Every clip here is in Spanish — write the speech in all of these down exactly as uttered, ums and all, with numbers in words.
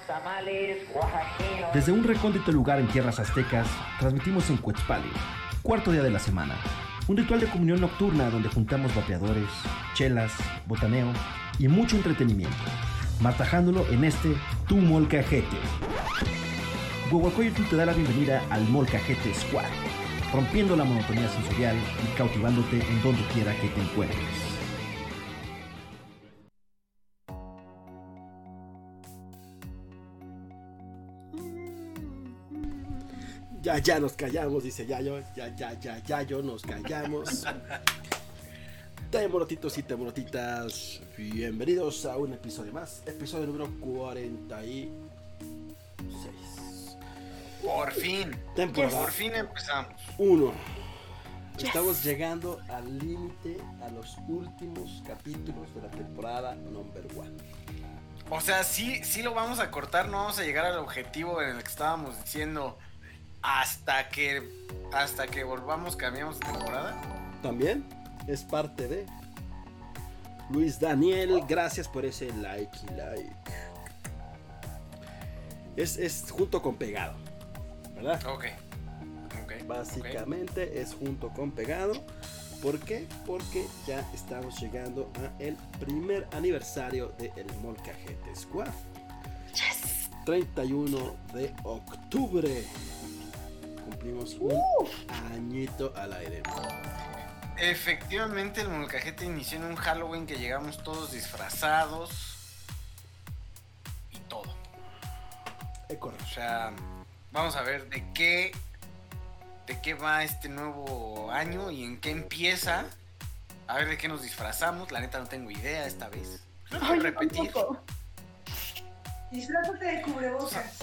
Desde un recóndito lugar en tierras aztecas, transmitimos en Cuetzpali, cuarto día de la semana. Un ritual de comunión nocturna donde juntamos vapeadores, chelas, botaneo y mucho entretenimiento, martajándolo en este Tu Molcajete. Huehuacoyotl te da la bienvenida al Molcajete Squad, rompiendo la monotonía sensorial y cautivándote en donde quiera que te encuentres. Ya, ya nos callamos, dice Yayo. Ya, ya, ya, Yayo, nos callamos. Temorotitos y temorotitas, bienvenidos a un episodio más. Episodio número cuarenta y seis. Por fin. Temporada. Por fin empezamos. Uno. Yes. Estamos llegando al límite, a los últimos capítulos de la temporada number one. O sea, sí, sí lo vamos a cortar, no vamos a llegar al objetivo en el que estábamos diciendo hasta que hasta que volvamos, cambiamos de temporada. También es parte de Luis Daniel, gracias por ese like y like. Es, es junto con pegado, ¿verdad? Ok. Okay. Básicamente okay. Es junto con pegado. ¿Por qué? Porque ya estamos llegando a el primer aniversario de el Molcajete Squad. Yes. treinta y uno de octubre. Cumplimos un uh. añito al aire. Efectivamente, el Molcajete inició en un Halloween que llegamos todos disfrazados y todo. Es correcto. O sea, vamos a ver de qué de qué va este nuevo año y en qué empieza. A ver de qué nos disfrazamos. La neta no tengo idea esta vez. No Ay, repetir. Tampoco. Disfrázate de cubrebocas.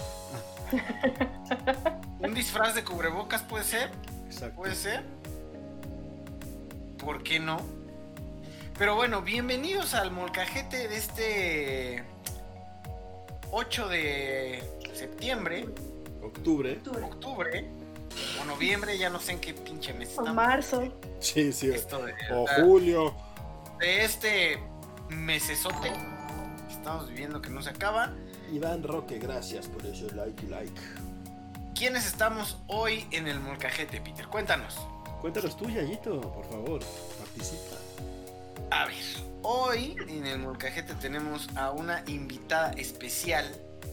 Un disfraz de cubrebocas puede ser. Exacto. Puede ser. ¿Por qué no? Pero bueno, bienvenidos al Molcajete de este ocho de septiembre. Octubre. Octubre. O noviembre, ya no sé en qué pinche mes estamos. O marzo. Sí, sí. Esto de, o julio. De este mesesote que estamos viviendo que no se acaba. Iván Roque, gracias por ese like y like. ¿Quiénes estamos hoy en el Molcajete, Peter? Cuéntanos. Cuéntanos tú, Yayito, por favor, participa. A ver, hoy en el Molcajete tenemos a una invitada especial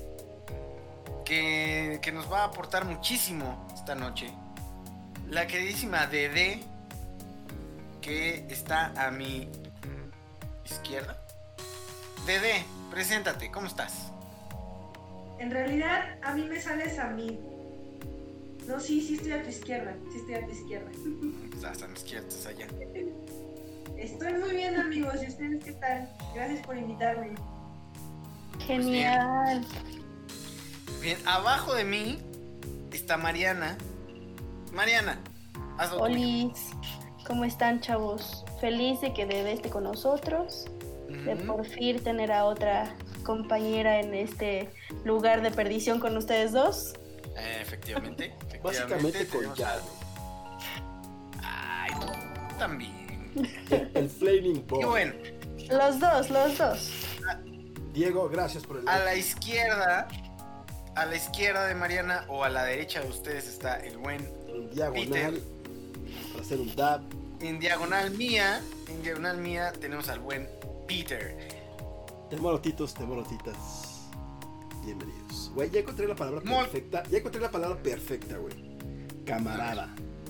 que, que nos va a aportar muchísimo esta noche. La queridísima Dede, que está a mi izquierda. Dede, preséntate, ¿cómo estás? En realidad, a mí me sales a mí. No, sí, sí estoy a tu izquierda. Sí estoy a tu izquierda. Estás a mi izquierda, estás allá. Estoy muy bien, amigos. ¿Y ustedes qué tal? Gracias por invitarme. Genial. Pues bien. bien, abajo de mí está Mariana. Mariana, hazlo tuyo. Olis, ¿cómo están, chavos? Feliz de que Dede esté con nosotros. Uh-huh. De por fin tener a otra compañera en este lugar de perdición con ustedes dos. Eh, efectivamente, efectivamente. Básicamente con Yayo. Ay, tú también. El, el Flaming Ball. Y bueno. Los dos, los dos. Diego, gracias por el like. A la izquierda, a la izquierda de Mariana o a la derecha de ustedes está el buen en diagonal, Peter. Para hacer un dab. En diagonal mía, en diagonal mía tenemos al buen Peter. Temorotitos, temorotitas. Bienvenidos. Güey, ya encontré la palabra Mol- perfecta. Ya encontré la palabra perfecta, güey. Camarada.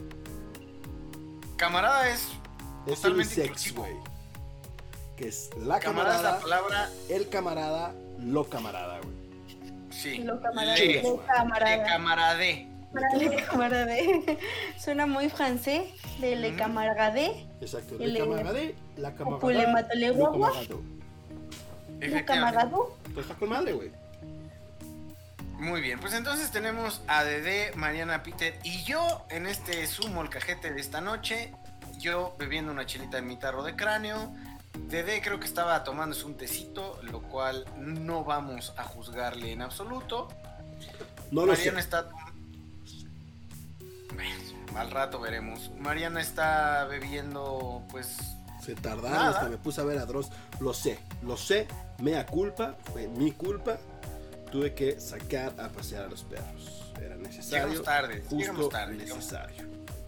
Camarada es Es totalmente unisex, inclusivo. güey. Que es la Camarada camarada, es la palabra. el camarada, lo camarada, güey. Sí. Lo camarada. Le, Lo camarada. le camaradé. Le camarade. Suena muy francés. De le Mm. camarade. Exacto. El- Le camarade, la camarada. Opule matole lo guagua. camarado. Lo Efectivamente. camarado. Pues está con madre, güey. Muy bien, pues entonces tenemos a Dede, Mariana, Peter y yo en este Zoom Molcajete de esta noche. Yo bebiendo una chelita en mi tarro de cráneo. Dede creo que estaba tomándose un tecito, lo cual no vamos a juzgarle en absoluto. No lo Mariana sé. está... Bueno, al rato veremos. Mariana está bebiendo, pues... Se tardaron, Nada. hasta me puse a ver a Dross. Lo sé, lo sé, mea culpa, fue mi culpa. tuve que sacar a pasear a los perros. Era necesario. Llegamos tarde, justo llegamos tarde, llegamos. necesario.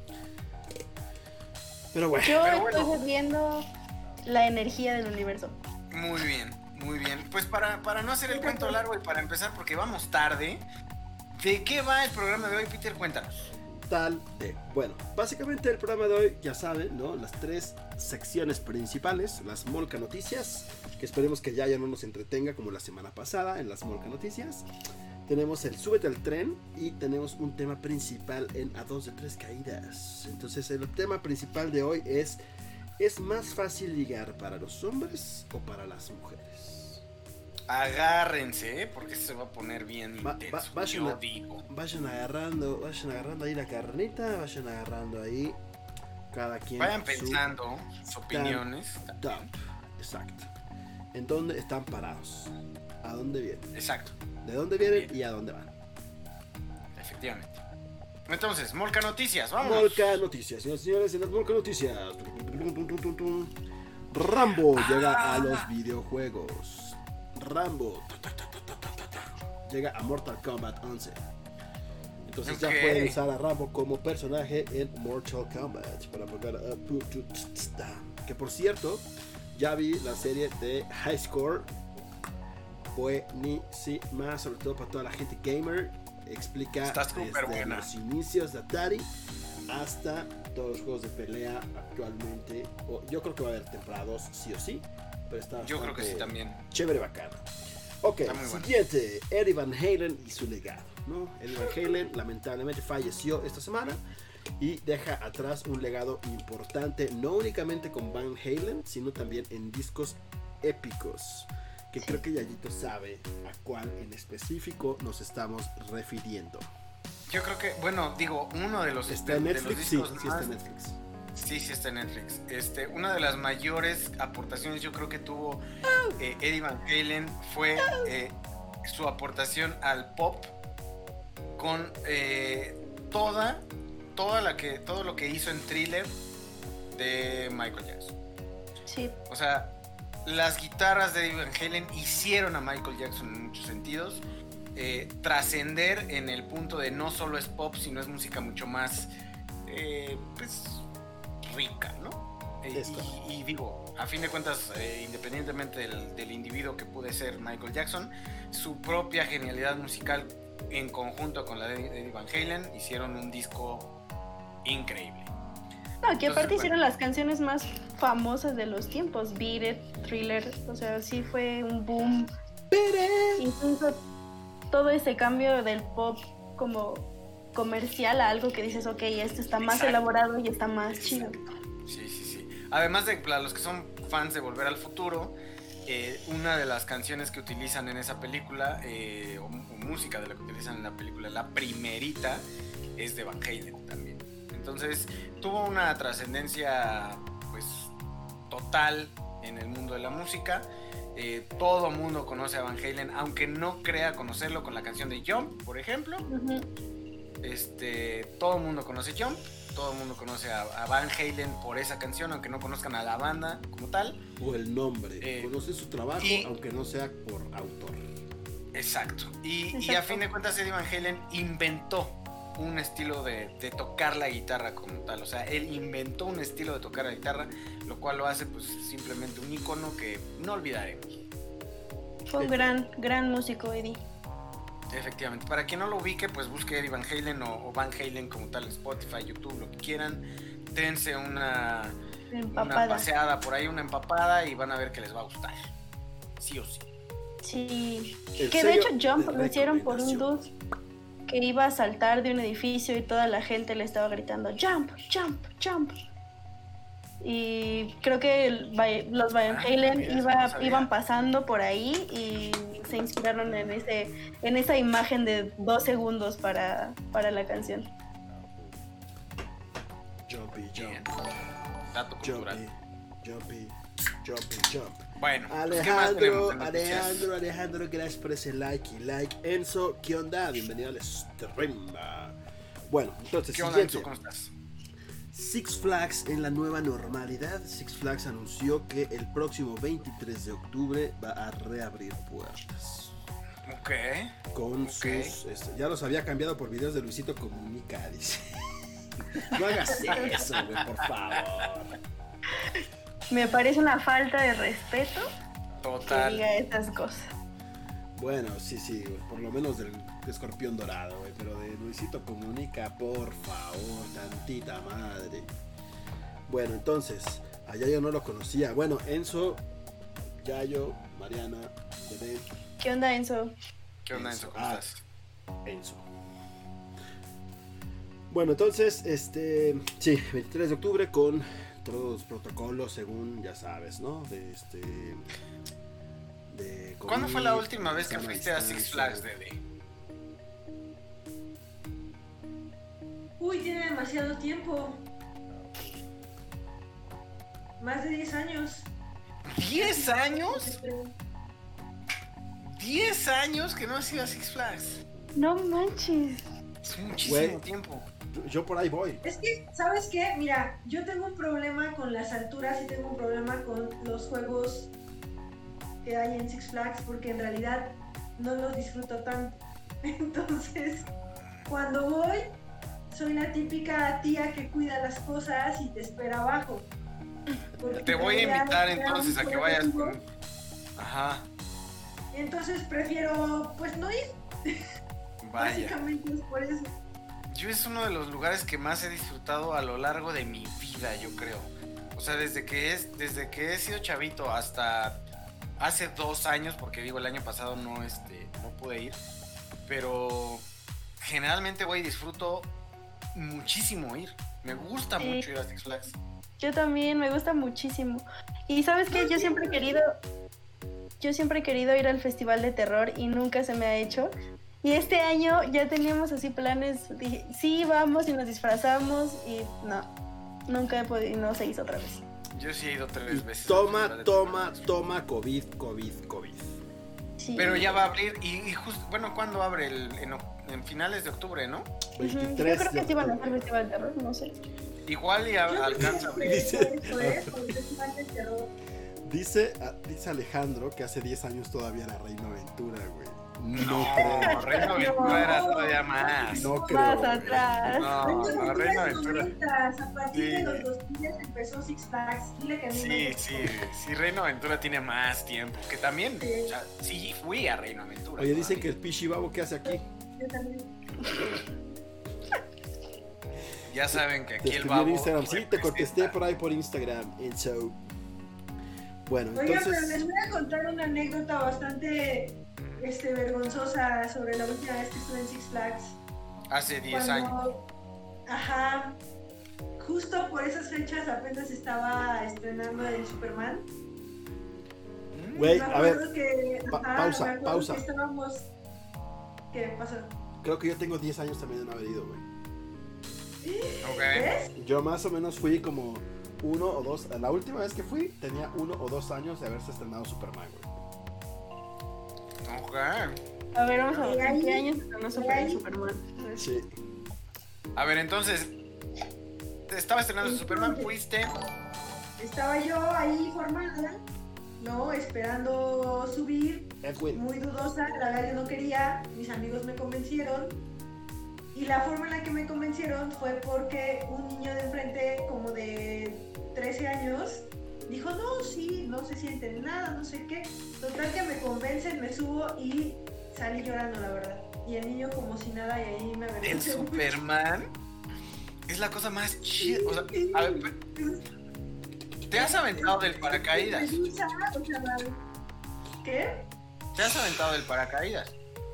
Pero bueno. Yo Pero bueno. estoy viendo la energía del universo. Muy bien, muy bien. Pues para, para no hacer el cuento largo y para empezar, porque vamos tarde, ¿de qué va el programa de hoy, Peter? Cuéntanos. Tal de. Bueno, básicamente el programa de hoy, ya saben, ¿no? Las tres secciones principales, las Molca Noticias, que esperemos que ya, ya no nos entretenga como la semana pasada en las Molca Noticias. Tenemos el Súbete al Tren y tenemos un tema principal en A dos de tres caídas. Entonces el tema principal de hoy es: ¿es más fácil ligar para los hombres o para las mujeres? Agárrense, ¿eh? Porque se va a poner bien Va- intenso. va- vayan, yo a- digo. vayan agarrando, vayan agarrando ahí la carnita, vayan agarrando ahí cada quien Vayan su pensando sus opiniones. top. Exacto. ¿En dónde están parados? ¿A dónde vienen? Exacto, ¿De dónde vienen Bien. y a dónde van? efectivamente. Entonces, Molca Noticias, vamos. Molca Noticias, señores y señores, en las Molca Noticias. Rambo llega a los videojuegos. Rambo llega a Mortal Kombat once. Entonces ya Ok. pueden usar a Rambo como personaje en Mortal Kombat para jugar a Pututsta. Que por cierto, ya vi la serie de High Score. Buenísima, sobre todo para toda la gente gamer. Explica Está súper desde buena. los inicios de Atari hasta todos los juegos de pelea actualmente. O, yo creo que va a haber temporada dos sí o sí, pero está Yo creo que sí bastante también. chévere, bacana. Ok, Está muy bueno. siguiente, Eddie Van Halen y su legado, ¿no? Eddie Van Halen lamentablemente falleció esta semana y deja atrás un legado importante, no únicamente con Van Halen, sino también en discos épicos, que creo que Yayito sabe a cuál en específico nos estamos refiriendo. Yo creo que, bueno, digo, uno de los, ¿Está en de los Netflix? Sí, discos sí está más- en Netflix. Sí, sí está en Netflix. Este, una de las mayores aportaciones yo creo que tuvo eh, Eddie Van Halen fue eh, su aportación al pop con eh, toda, toda la que, todo lo que hizo en Thriller de Michael Jackson. Sí. O sea, las guitarras de Eddie Van Halen hicieron a Michael Jackson en muchos sentidos eh, trascender en el punto de no solo es pop, sino es música mucho más eh, pues rica, ¿no? Eh, Es correcto. y, y digo, a fin de cuentas, eh, independientemente del, del individuo que pude ser Michael Jackson, su propia genialidad musical en conjunto con la de Eddie Van Halen hicieron un disco increíble. No, que Entonces, aparte bueno. hicieron las canciones más famosas de los tiempos, Beat It, Thriller, o sea, sí fue un boom. Incluso todo ese cambio del pop como comercial a algo que dices, ok, esto está más Exacto. elaborado y está más chido. Sí, sí, sí. Además de para los que son fans de Volver al Futuro, eh, una de las canciones que utilizan en esa película, eh, o, o música de la que utilizan en la película, la primerita, es de Van Halen también. Entonces tuvo una trascendencia pues total en el mundo de la música. Eh, todo mundo conoce a Van Halen, aunque no crea conocerlo con la canción de Jump, por ejemplo. Ujú. Este, todo el mundo conoce Jump, todo el mundo conoce a, a Van Halen por esa canción, aunque no conozcan a la banda como tal. O el nombre, Eh, conoce su trabajo, y- aunque no sea por autor. Exacto. Y, y a Exacto. fin de cuentas Eddie Van Halen inventó un estilo de, de tocar la guitarra como tal. O sea, él inventó un estilo de tocar la guitarra, lo cual lo hace pues simplemente un icono que no olvidaremos. Fue un gran, gran músico, Eddie. Efectivamente. Para quien no lo ubique, pues busque Eddie Van Halen o, o Van Halen como tal en Spotify, YouTube, lo que quieran. Dense una, una Empapada. paseada por ahí, una empapada y van a ver que les va a gustar. Sí o sí. Sí. El Que de sello hecho Jump de lo hicieron por un recomendación. dude que iba a saltar de un edificio y toda la gente le estaba gritando Jump, Jump, Jump. Y creo que el Vai- los Van Ah, Halen mira, eso iba- no sabía. iban pasando por ahí y se inspiraron en ese en esa imagen de dos segundos para, para la canción. Jumpy, Bien. jump, Dato cultural. jumpy, jumpy, jumpy, jump. Bueno, pues, ¿qué más tenemos Alejandro, de noticias? Alejandro, Alejandro, gracias por ese like y like. Enzo, ¿qué onda? Bienvenido al stream. Bueno, entonces, ¿Qué onda, siguiente. Enzo? ¿Cómo estás? Six Flags en la nueva normalidad. Six Flags anunció que el próximo veintitrés de octubre va a reabrir puertas. Ok. Con okay. sus... Este, ya los había cambiado por videos de Luisito Comunica, dice. No hagas eso, güey, por favor. Me parece una falta de respeto Total. que diga estas cosas. Bueno, sí, sí, güey, por lo menos del escorpión dorado, güey, pero de Luisito Comunica, por favor, tantita madre. Bueno, entonces, a Yayo no lo conocía. Bueno, Enzo, Yayo, Mariana, Bebé. ¿Qué onda, Enzo? ¿Qué onda, Enzo? ¿Cómo Ah, estás? Enzo. Bueno, entonces, este, sí, veintitrés de octubre con todos los protocolos según, ya sabes, ¿no? De este... De ¿Cuándo fue la última vez que sana fuiste a Six distancia. Flags, Dede? Uy, tiene demasiado tiempo. Más de diez años. ¿diez años? ¿diez años que no has ido a Six Flags? No manches. Es muchísimo Güey. tiempo. Yo, yo por ahí voy. Es que, ¿sabes qué? Mira, yo tengo un problema con las alturas y tengo un problema con los juegos que hay en Six Flags porque en realidad no los disfruto tanto. Entonces, cuando voy, soy la típica tía que cuida las cosas y te espera abajo. Porque Te voy a en realidad invitar me da entonces a mucho que vayas vértigo. con... Ajá, Entonces prefiero, pues, no ir. vaya. Básicamente es por eso. Yo es uno de los lugares que más he disfrutado a lo largo de mi vida, yo creo. O sea, desde que es, desde que he sido chavito hasta hace dos años, porque digo el año pasado no, este, no pude ir, pero generalmente voy y disfruto muchísimo ir. Me gusta Sí. mucho ir a Six Flags. Yo también, me gusta muchísimo. Y ¿sabes qué? Yo siempre he querido... Yo siempre he querido ir al Festival de Terror y nunca se me ha hecho. Y este año ya teníamos así planes. Dije, sí, vamos y nos disfrazamos. Y no, nunca he podido, no se hizo otra vez. Yo sí he ido Y tres veces. toma, toma, toma COVID, COVID, COVID. Sí. Pero ya va a abrir y, y justo, bueno, ¿cuándo abre? El, en, en finales de octubre, ¿no? Ujú, Yo veintitrés creo que de sí van a hacer octubre. Festival de Terror, no sé. Igual y a- Yo alcanza a abrir. Dice- Eso es, porque es más de terror. Dice, ah, dice Alejandro que hace diez años todavía era Reino Aventura, güey. No, No, creo. Reino Aventura era todavía más. No creo. Más güey. atrás. No, no, Reino Aventura. A partir de Sí. los dos mil empezó Six Flags. Dile que a mí Sí, me gustó. sí, sí, Reino Aventura tiene más tiempo. Que también, Sí. o sea, sí fui a Reino Aventura. Oye, dicen que todavía. el Pichibabo, ¿qué hace aquí? Yo también. Ya saben que Te aquí el escribí en babo. Instagram. Sí, te representa. contesté por ahí por Instagram. And so... Bueno, Oigan, pero les entonces... voy a contar una anécdota bastante este, vergonzosa sobre la última vez que estuve en Six Flags. Hace diez Cuando- años. Ajá. Justo por esas fechas apenas estaba estrenando el Superman. Güey, Me a ver, acuerdo que, pa- ajá, pausa, me acuerdo pausa. que estábamos... ¿Qué pasó? creo que yo tengo diez años también de no haber ido, güey. Ok. ¿Ves? Yo más o menos fui como uno o dos... La última vez que fui tenía uno o dos años de haberse estrenado Superman, güey. Ok. A ver, vamos a Y ver. ahí- ¿En qué años estrenó y Super, ahí- Superman? Sí. A ver, entonces. Estaba estrenando Superman, fuiste. Estaba yo ahí formada, ¿no? Esperando subir. Edwin. Muy dudosa, la verdad yo no quería, mis amigos me convencieron y la forma en la que me convencieron fue porque un niño de enfrente como de trece años dijo no, sí, no se siente nada, no sé qué, total que me convencen, me subo y salí llorando la verdad y el niño como si nada y ahí me El avergoncé mucho. Superman es la cosa más chida. O sea, a ver, ¿te has aventado del paracaídas? O sea, ¿qué? ¿Te has aventado del paracaídas?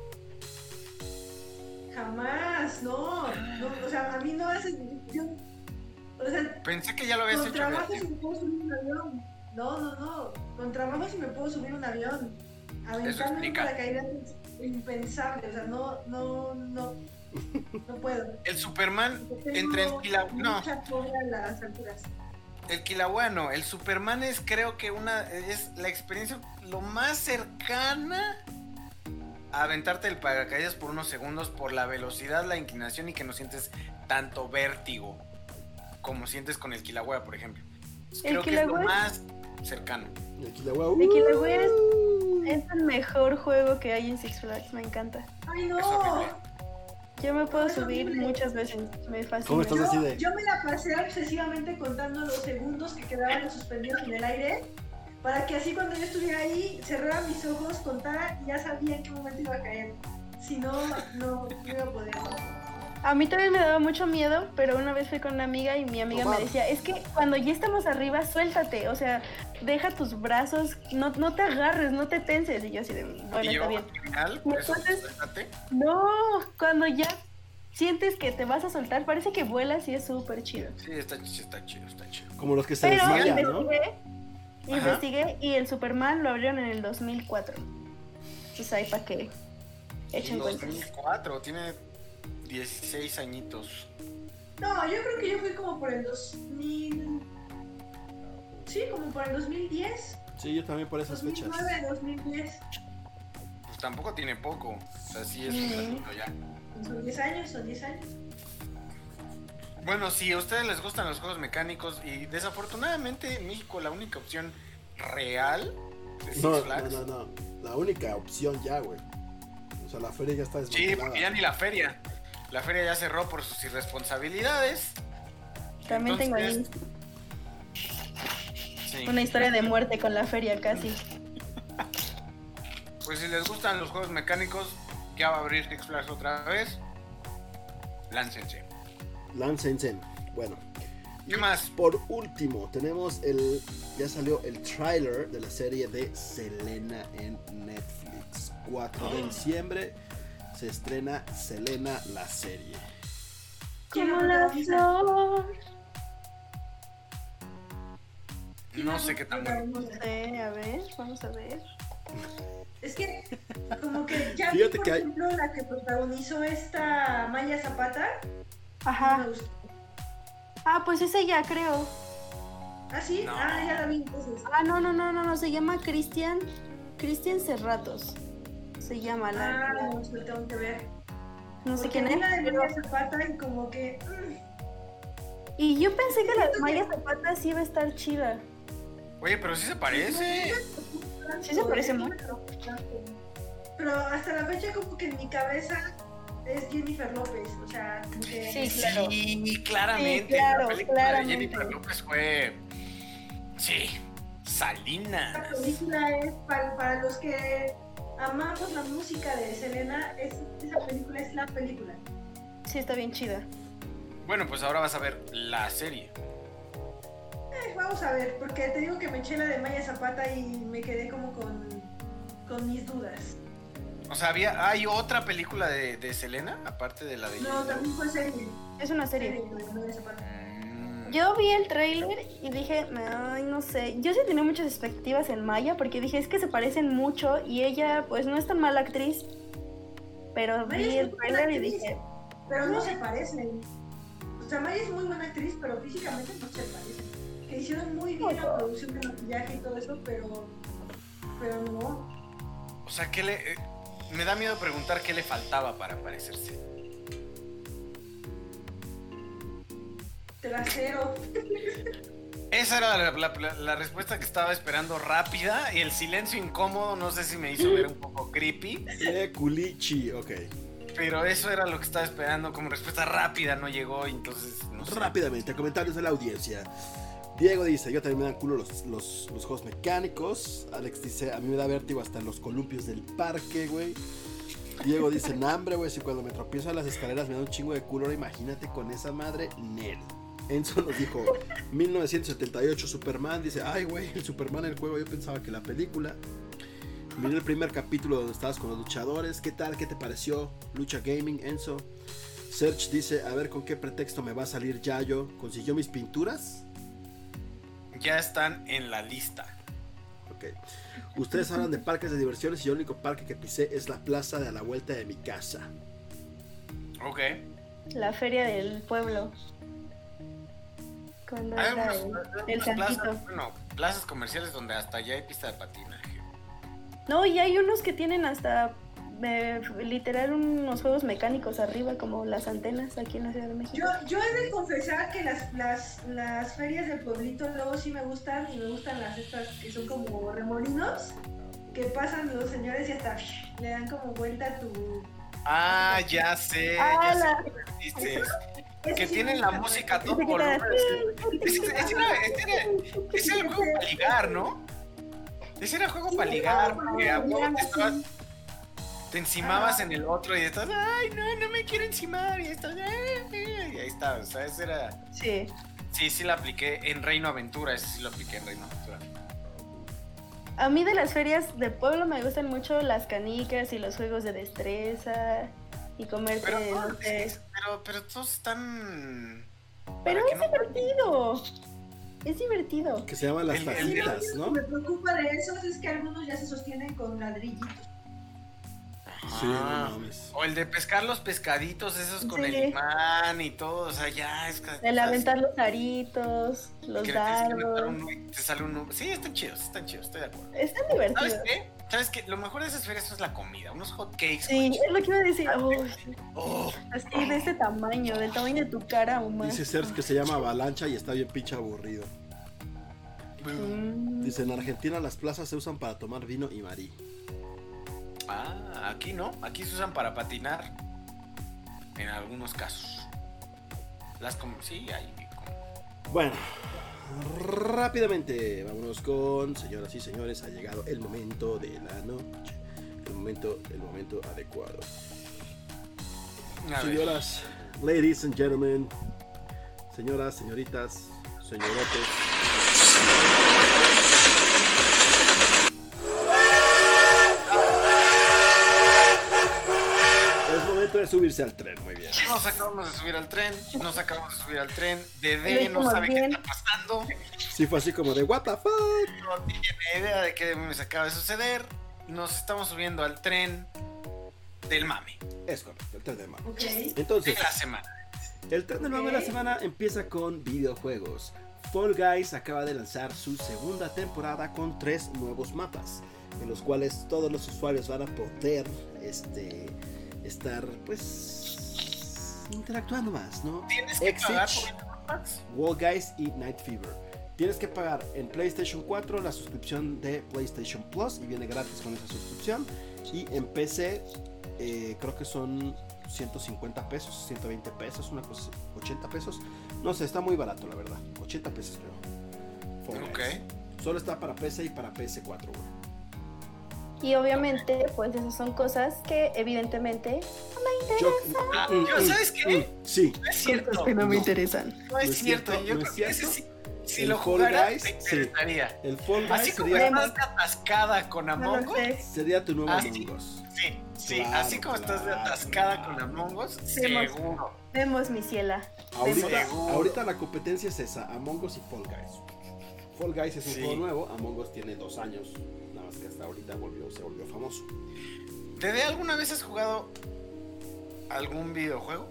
Jamás, no, no, o sea, a mí no hace, yo, o sea, Pensé que ya lo habías con hecho. trabajo Beatriz. si me puedo subir un avión. No, no, no. Con trabajo si me puedo subir un avión. Aventarme un explica. paracaídas es impensable. O sea, no, no, no. No puedo. El Superman Tengo entre el Kila... No, mucha fobia a las alturas. el Kilauea no. El Superman es creo que una... Es la experiencia lo más cercana a aventarte el paracaídas por unos segundos por la velocidad, la inclinación y que no sientes tanto vértigo como sientes con el Kilauea, por ejemplo. El Creo que es lo Kilauea- más cercano. Y aquí la guau. De Kilauea es- Es el mejor juego que hay en Six Flags, me encanta. ¡Ay, no! Es horrible. Yo me puedo Es subir horrible. muchas veces, me fascina. ¿Cómo estás Yo, así de? yo me la pasé obsesivamente contando los segundos que quedaban suspendidos en el aire para que así cuando yo estuviera ahí cerrara mis ojos, contara y ya sabía en qué momento iba a caer. Si no, no, no iba a poder. A mí también me daba mucho miedo, pero una vez fui con una amiga y mi amiga No me mames. decía, es que cuando ya estamos arriba, suéltate, o sea, deja tus brazos, no, no te agarres, no te tenses. Y yo así de, bueno, y está yo, bien. al final, ¿Me por eso, puedes- suéltate. No, cuando ya sientes que te vas a soltar, parece que vuelas y es súper chido. Sí, está, sí, está chido, está chido. Como los que se Pero desmayan, ¿no? investigué, Ajá. investigué y el Superman lo abrieron en el dos mil cuatro. Entonces ahí para que echen cuentas. dos mil cuatro, tiene dieciséis añitos. No, yo creo que yo fui como por el dos mil... Sí, como por el dos mil diez. Sí, yo también por esas fechas. dos mil nueve, dos mil diez. Pues tampoco tiene poco. O sea, sí es un Mm. ratito ya. Son diez años, son diez años. Bueno, si a ustedes les gustan los juegos mecánicos y desafortunadamente en México la única opción real de Six No, no, Flags. no, no. La única opción ya, güey. O sea, la feria ya está Sí, desmantelada. porque ya ni la feria. La feria ya cerró por sus irresponsabilidades. También tengo ahí Entonces, sí. una historia de muerte con la feria casi. Pues si les gustan los juegos mecánicos, ya va a abrir Six Flags otra vez. Láncense. Láncense. Bueno. ¿Qué más? Por último, tenemos el. Ya salió el tráiler de la serie de Selena en Netflix. cuatro de diciembre se estrena Selena la serie. Como la flor. No sé qué tan bueno. No sé, a ver, vamos a ver. Es que, como que ya Fíjate vi, por que hay- ejemplo, la que protagonizó esta Maya Zapata. No Ajá. me gustó. Ah, pues ese ya creo. ¿Ah, sí? No. Ah, ya la vi entonces. Ah, no, no, no, no, no, se llama Cristian. Cristian Cerratos. Se llama la. Ah, no, sí, lo tengo que ver. No sé Porque quién vi es. la de pero- Maya Zapata y como que... mm, Y yo pensé que la Siento que- Maya Zapata sí iba a estar chida. Oye, pero sí se parece. Sí se parece mucho. Pero hasta la fecha como que en mi cabeza es Jennifer López, o sea, como que... Sí, claro. Sí, claramente. Sí, claro, la película claramente. de Jennifer López fue. Sí, Esta Salinas. película es para, para los que amamos la música de Selena, es, esa película es la película. Sí, está bien chida. Bueno, pues ahora vas a ver la serie. Eh, vamos a ver, porque te digo que me eché la de Maya Zapata y me quedé como con, con mis dudas. O sea, había, hay otra película de, de Selena, aparte de la de No, Jennifer. también fue serie. Es una serie. Serie de Maya Zapata. Mm, Yo vi el tráiler y dije, ay, no sé. Yo sí tenía muchas expectativas en Maya porque dije, es que se parecen mucho y ella, pues, no es tan mala actriz. Pero Maya vi es el muy tráiler buena y actriz, dije, pero no se parecen. O sea, Maya es muy buena actriz, pero físicamente no se parecen. Que hicieron muy bien la producción de maquillaje y todo eso, pero... Pero no. O sea, ¿qué le...? eh, me da miedo preguntar qué le faltaba para parecerse. Trasero. Esa era la, la- la- la respuesta que estaba esperando rápida y el silencio incómodo no sé si me hizo ver un poco creepy, Eh, culichi, ok. pero eso era lo que estaba esperando como respuesta rápida, no llegó y entonces no sé. Rápidamente, comentarios de la audiencia. Diego dice, yo también me dan culo los, los, los juegos mecánicos. Alex dice, a mí me da vértigo hasta los columpios del parque, güey. Diego dice, hambre, güey, si cuando me tropiezo a las escaleras me da un chingo de culo, ahora imagínate con esa madre, Nel. Enzo nos dijo, mil novecientos setenta y ocho Superman, dice, ay, güey, el Superman el juego, yo pensaba que la película. Miré el primer capítulo donde estabas con los luchadores, ¿qué tal? ¿Qué te pareció? Lucha Gaming, Enzo. Search dice, a ver con qué pretexto me va a salir Yayo. ¿Consiguió mis pinturas? Ya están en la lista. Ok. Ustedes hablan de parques de diversiones y el único parque que pisé es la plaza de a la vuelta de mi casa. Ok. la feria del pueblo. Cuando Hay era unos- el, el unas santito. plazas, bueno, plazas comerciales donde hasta ya hay pista de patinaje. No, y hay unos que tienen hasta eh, literal unos juegos mecánicos arriba, como las antenas aquí en la Ciudad de México. Yo, yo he de confesar que las, las, las ferias del pueblito luego sí me gustan y me gustan las estas que son como remolinos. que pasan los señores y hasta le dan como vuelta a tu... Ah, ya sé, Ah, ya la- sé qué dices. Eso Que sí tienen me la encanta. música a todo Ese que te da- volumen. Ese, ese era, ese era, ese era el juego para ligar, ¿no? Ese era el juego Sí, para ligar, no, porque a no, huevo no, te, estabas- sí. te encimabas Ajá. en el otro y estás, ay, no, no me quiero encimar, y estás, "Ay, ay", y ahí está, o sea, ese era... Sí. Sí, sí la apliqué en Reino Aventura, ese sí lo apliqué en Reino Aventura. A mí de las ferias de pueblo me gustan mucho las canicas y los juegos de destreza y comerte, Pero, no sé. pero, pero todos están... Pero para que es no- divertido. Es divertido. Que se llaman las El- el- tacitas, Lo ¿no? que me preocupa de esos es que algunos ya se sostienen con ladrillitos. Sí, no Ah, mames. o el de pescar los pescaditos esos con Sí. el imán y todo, o sea, ya es que... El aventar los aritos, los que le tienes que meter dardos. uno y te sale uno. Sí, están chidos, están chidos, estoy de acuerdo. Están ¿Sabes divertidos. qué? ¿Sabes qué? Lo mejor de esas ferias es la comida, unos hot cakes. Sí, güey. es lo que iba a decir. Uy, Oh, así de este tamaño, del tamaño de tu cara o más. Dice Serge que se llama avalancha y está bien pinche aburrido. Mm. Dice, en Argentina las plazas se usan para tomar vino y marí. ah, aquí no, aquí se usan para patinar. En algunos casos. Las com sí, hay. com- Bueno, rápidamente, vámonos con, señoras y señores, ha llegado el momento de la noche. El momento, el momento adecuado. A ver. Señoras, ladies and gentlemen, señoras, señoritas, señorotes. Es momento de subirse al tren, muy bien. Nos acabamos de subir al tren, nos acabamos de subir al tren. Lo Dede no hicimos sabe bien. qué está pasando. Sí, fue así como de, what the fuck. No tiene idea de qué me acaba de suceder. Nos estamos subiendo al tren del mame Es correcto, el tren de mame. Ok. de Entonces, la semana. el tren del mame de la semana empieza con videojuegos. Fall Guys acaba de lanzar su segunda temporada con tres nuevos mapas, en los cuales todos los usuarios van a poder este, estar, pues, interactuando más, ¿no? Tienes que pagar Exit, por los packs. Wall Guys y Night Fever. Tienes que pagar en PlayStation cuatro la suscripción de PlayStation Plus y viene gratis con esa suscripción. Y en P C eh, creo que son ciento cincuenta pesos, ciento veinte pesos, una cosa, ochenta pesos. No sé, está muy barato la verdad. ochenta pesos creo. Fall Ok. Guys. Solo está para P C y para P S cuatro, güey. Y obviamente, pues esas son cosas que evidentemente Yo, Ah, mm, yo, mm, ¿sabes qué? mm, sí. No es cierto. no me no. interesan. No es ¿No es cierto. cierto? Yo ¿No creo es que ese cierto? sí. Si El lo Fall jugara, Guys, te sí. interesaría. El Fall Guys Así como sería, estás de atascada con No Among lo Us. sé. sería tu nuevo Ah, Among sí. Us. Sí, sí, Claro, así como estás de claro, atascada claro. con Among Us, Vemos. seguro. Vemos, mi ciela. Ahorita, Seguro. ahorita la competencia es esa, Among Us y Fall Guys. Fall Guys es un Sí. juego nuevo, Among Us tiene dos años, nada más que hasta ahorita volvió, se volvió famoso. ¿Dede alguna vez has jugado algún videojuego?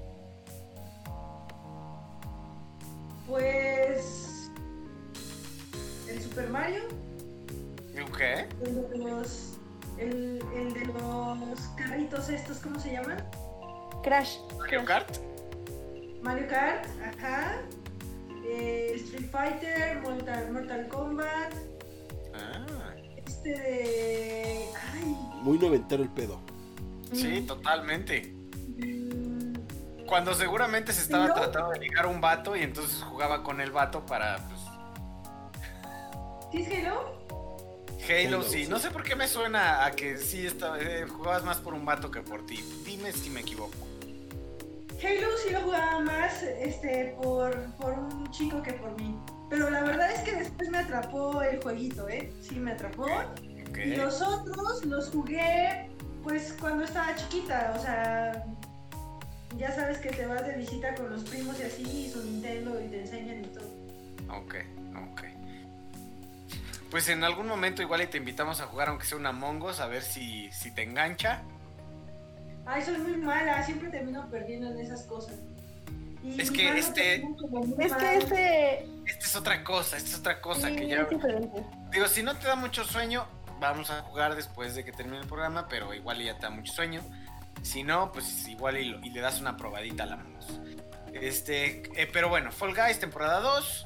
Pues. El Super Mario, ¿Qué? el de los. El, el de los carritos estos, ¿cómo se llaman? Crash. ¿Mario Kart? Mario Kart, ajá. Eh, Street Fighter, Mortal, Mortal Kombat. Ah, Este de. Ay. Muy noventero el pedo. sí, Mm. totalmente. mm, Cuando seguramente se estaba ¿No? tratando de ligar a un vato y entonces jugaba con el vato para, pues, ¿Sí es Halo? Halo, Halo, sí. sí. No sé por qué me suena a que sí estaba, eh, jugabas más por un vato que por ti. Dime si me equivoco. Halo sí lo jugaba más este, por, por un chico que por mí. Pero la verdad es que después me atrapó el jueguito, ¿eh? Sí, me atrapó. Ok. Y los otros los jugué pues cuando estaba chiquita, o sea, ya sabes que te vas de visita con los primos y así, y su Nintendo y te enseñan y todo. Ok, ok. Pues en algún momento igual y te invitamos a jugar aunque sea un Among Us, a ver si, si te engancha. Ay, soy muy mala, siempre termino perdiendo en esas cosas. Y Es mi que mano este- termina como muy Es mal. que este. Esta es otra cosa, esta es otra cosa sí, que ya... es diferente. Digo, si no te da mucho sueño, vamos a jugar después de que termine el programa, pero igual y ya te da mucho sueño. Si no, pues igual y, lo- y le das una probadita a la Among Us. Este, eh, pero bueno, Fall Guys temporada dos,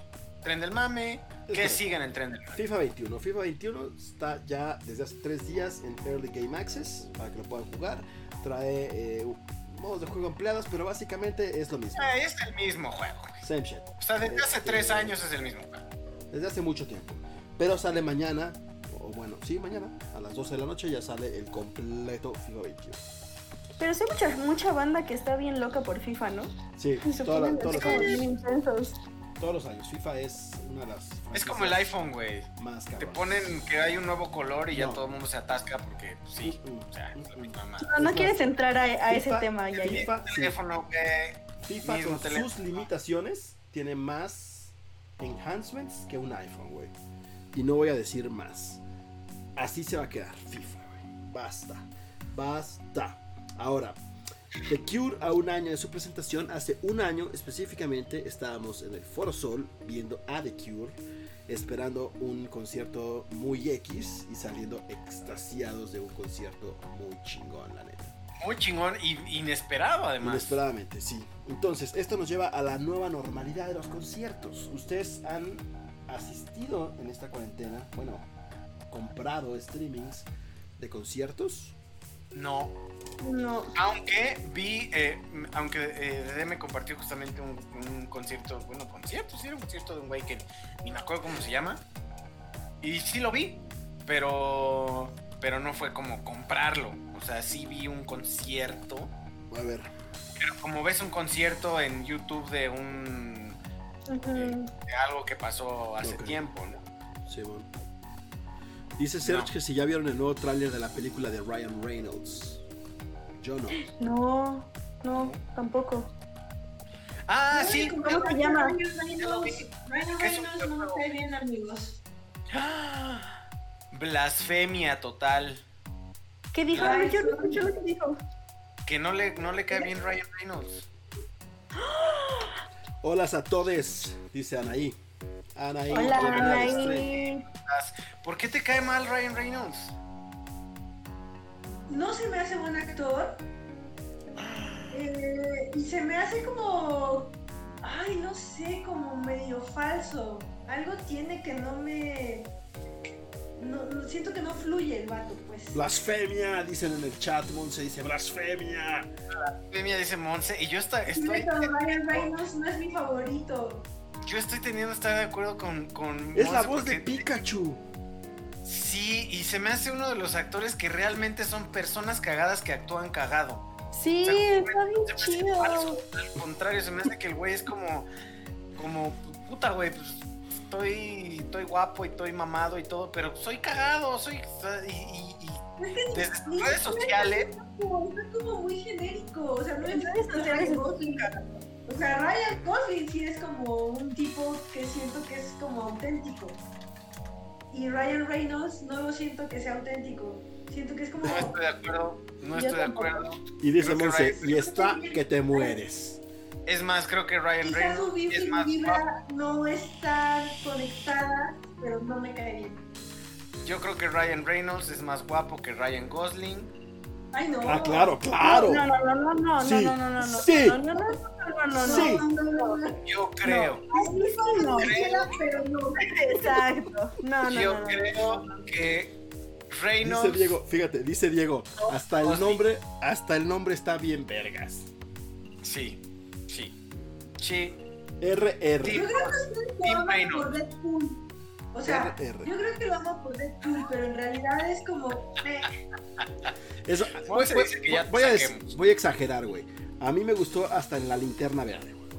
tren del mame. ¿Qué Espera. sigue en el tren del mame? FIFA veintiuno. FIFA veintiuno está ya desde hace tres días en Early Game Access para que lo puedan jugar. Trae eh, modos de juego empleados, pero básicamente es lo mismo. Eh, es el mismo juego. güey. Same shit. O sea, desde hace Este, tres años es el mismo juego. Desde hace mucho tiempo. Pero sale mañana, o bueno, sí, mañana, a las doce de la noche ya sale el completo FIFA veintiuno. Pero sí hay mucha, mucha banda que está bien loca por FIFA, ¿no? Sí, Y se toda la- ponen todos, los así como años, bien intensos. todos los años. FIFA es una de las Es franquicias como el iPhone, güey. más Te cabronas. ponen que hay un nuevo color y ya No. todo el mundo se atasca porque, pues, sí, Mm, o sea, es la misma madre. No, no Es quieres más, entrar a, a ese FIFA- tema, ya. FIFA, sí. Teléfono, güey. FIFA mismo con teléfono. sus limitaciones tiene más enhancements que un iPhone, güey. Y no voy a decir más. Así se va a quedar FIFA, güey. Basta. Basta. Ahora, The Cure a un año de su presentación, hace un año específicamente estábamos en el Foro Sol viendo a The Cure, esperando un concierto muy X y saliendo extasiados de un concierto muy chingón, la neta. Muy chingón y inesperado además. Inesperadamente, sí. Entonces, esto nos lleva a la nueva normalidad de los conciertos. Ustedes han asistido en esta cuarentena, bueno, comprado streamings de conciertos. No. No. Aunque vi, eh, aunque eh, Dede me compartió justamente un, un concierto, bueno, concierto, sí era un concierto de un güey que ni me acuerdo cómo se llama. Y sí lo vi, pero, pero no fue como comprarlo. O sea, sí vi un concierto. A ver, Pero como ves un concierto en YouTube de un Ujú. de algo que pasó hace Ok. tiempo, ¿no? sí, bueno. Dice Serge No. que si ya vieron el nuevo tráiler de la película de Ryan Reynolds. Yo no. No, no, tampoco. Ah, No, sí. como ¿Cómo que se llama? Ryan Ya lo vi. Reynolds, Ryan ¿Qué es un Reynolds no me juego? cae bien, amigos. ¡Ah! Blasfemia total. ¿Qué dijo? Ay, A ver, yo no sí. escuché lo que dijo. Que no le, no le cae bien Ryan Reynolds. Hola a todos, dice Anaí. Anaí. Hola, bienvenida al stream. Anaí. ¿Por qué te cae mal Ryan Reynolds? No se me hace buen actor. Eh, y se me hace como. Ay, no sé, como medio falso. Algo tiene que no me. No, no- siento que no fluye el vato, pues. Blasfemia, dicen en el chat. Monse dice blasfemia. Blasfemia dice Monse. Y yo está, Sí, estoy, pero Ryan Reynolds no es mi favorito. yo estoy teniendo que estar de acuerdo con, con Es la Monse voz de porque- Pikachu. Sí, y se me hace uno de los actores que realmente son personas cagadas que actúan cagado. Sí, O sea, está bien Se me hace chido. falso. Al contrario, se me hace que el güey es como, como, puta güey, pues estoy, estoy guapo y estoy mamado y todo, pero soy cagado, soy, y, y- y Es que desde sus ni redes siquiera sociales, está como, está como muy genérico. O sea, no es En redes sociales Ryan es Gosling. O sea, Ryan Gosling sí es como un tipo que siento que es como auténtico. Y Ryan Reynolds no lo siento que sea auténtico. Siento que es como. no estoy de acuerdo, no Yo estoy de tampoco. acuerdo. Y dice Creo que Monse, Ryan- y está que te mueres. Es más, creo que Ryan Quizás su Reynolds vibra es y más mi guapo. vibra no está conectada, pero no me cae bien. Yo creo que Ryan Reynolds es más guapo que Ryan Gosling. Ay, no. Ah, claro, claro. No, no, no, no, no, Sí, no, no, no, no, sí. no, no, no, no, no, no, no. Sí. No, no, no, no. Yo creo, Así fue No. Marcela, pero no. Exacto. No, no, yo no, no. creo que Reynolds. Dice Diego, fíjate, dice Diego, hasta el Gosling. nombre, hasta el nombre está bien vergas. Sí, sí, sí. R R. Sí. Yo creo que ustedes lo Tim aman Reynolds. por Deadpool. O sea, R R. yo creo que lo amo por Deadpool, pero en realidad es como. eh, Eso, ¿Cómo voy, se voy- dice que ya voy a, des- saquemos? voy a exagerar, güey. A mí me gustó hasta en la linterna verde. güey.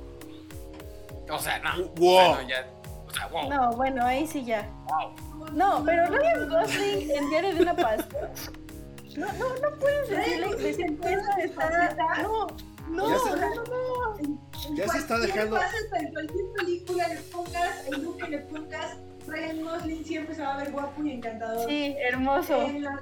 O sea, no. Wow. Bueno, ya, o sea, wow. No, bueno, ahí sí ya. Wow. No, pero Ryan Gosling en Diario de una Pastora. No, no, no puedes decirle decir que eso está. No, no, Ya se- no, no, no. en Ya se está cualquier dejando- faceta, en cualquier película le pongas, el look que le pongas, Ryan Gosling siempre se va a ver guapo y encantador. Sí, hermoso. En la-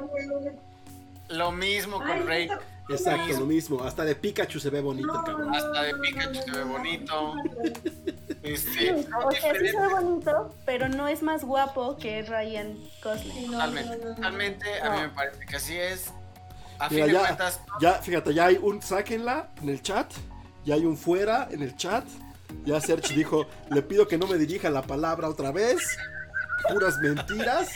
Lo mismo Ay, con Rey. neta, Exacto, lo mismo. Hasta de Pikachu se ve bonito el no, cabrón. Hasta de no, Pikachu no, se no, ve no, bonito. no, no, no. Este, Sí, son o sea, sí se ve diferentes. bonito, pero no es más guapo que Ryan Gosling. Sí, no, Totalmente, no, no, no. totalmente. A mí me parece que así es. A Mira, fin de ya, cuentas, ya, fíjate, ya hay un, sáquenla en el chat. Ya hay un fuera en el chat. Ya Serge dijo, le pido que no me dirija la palabra otra vez. Puras mentiras.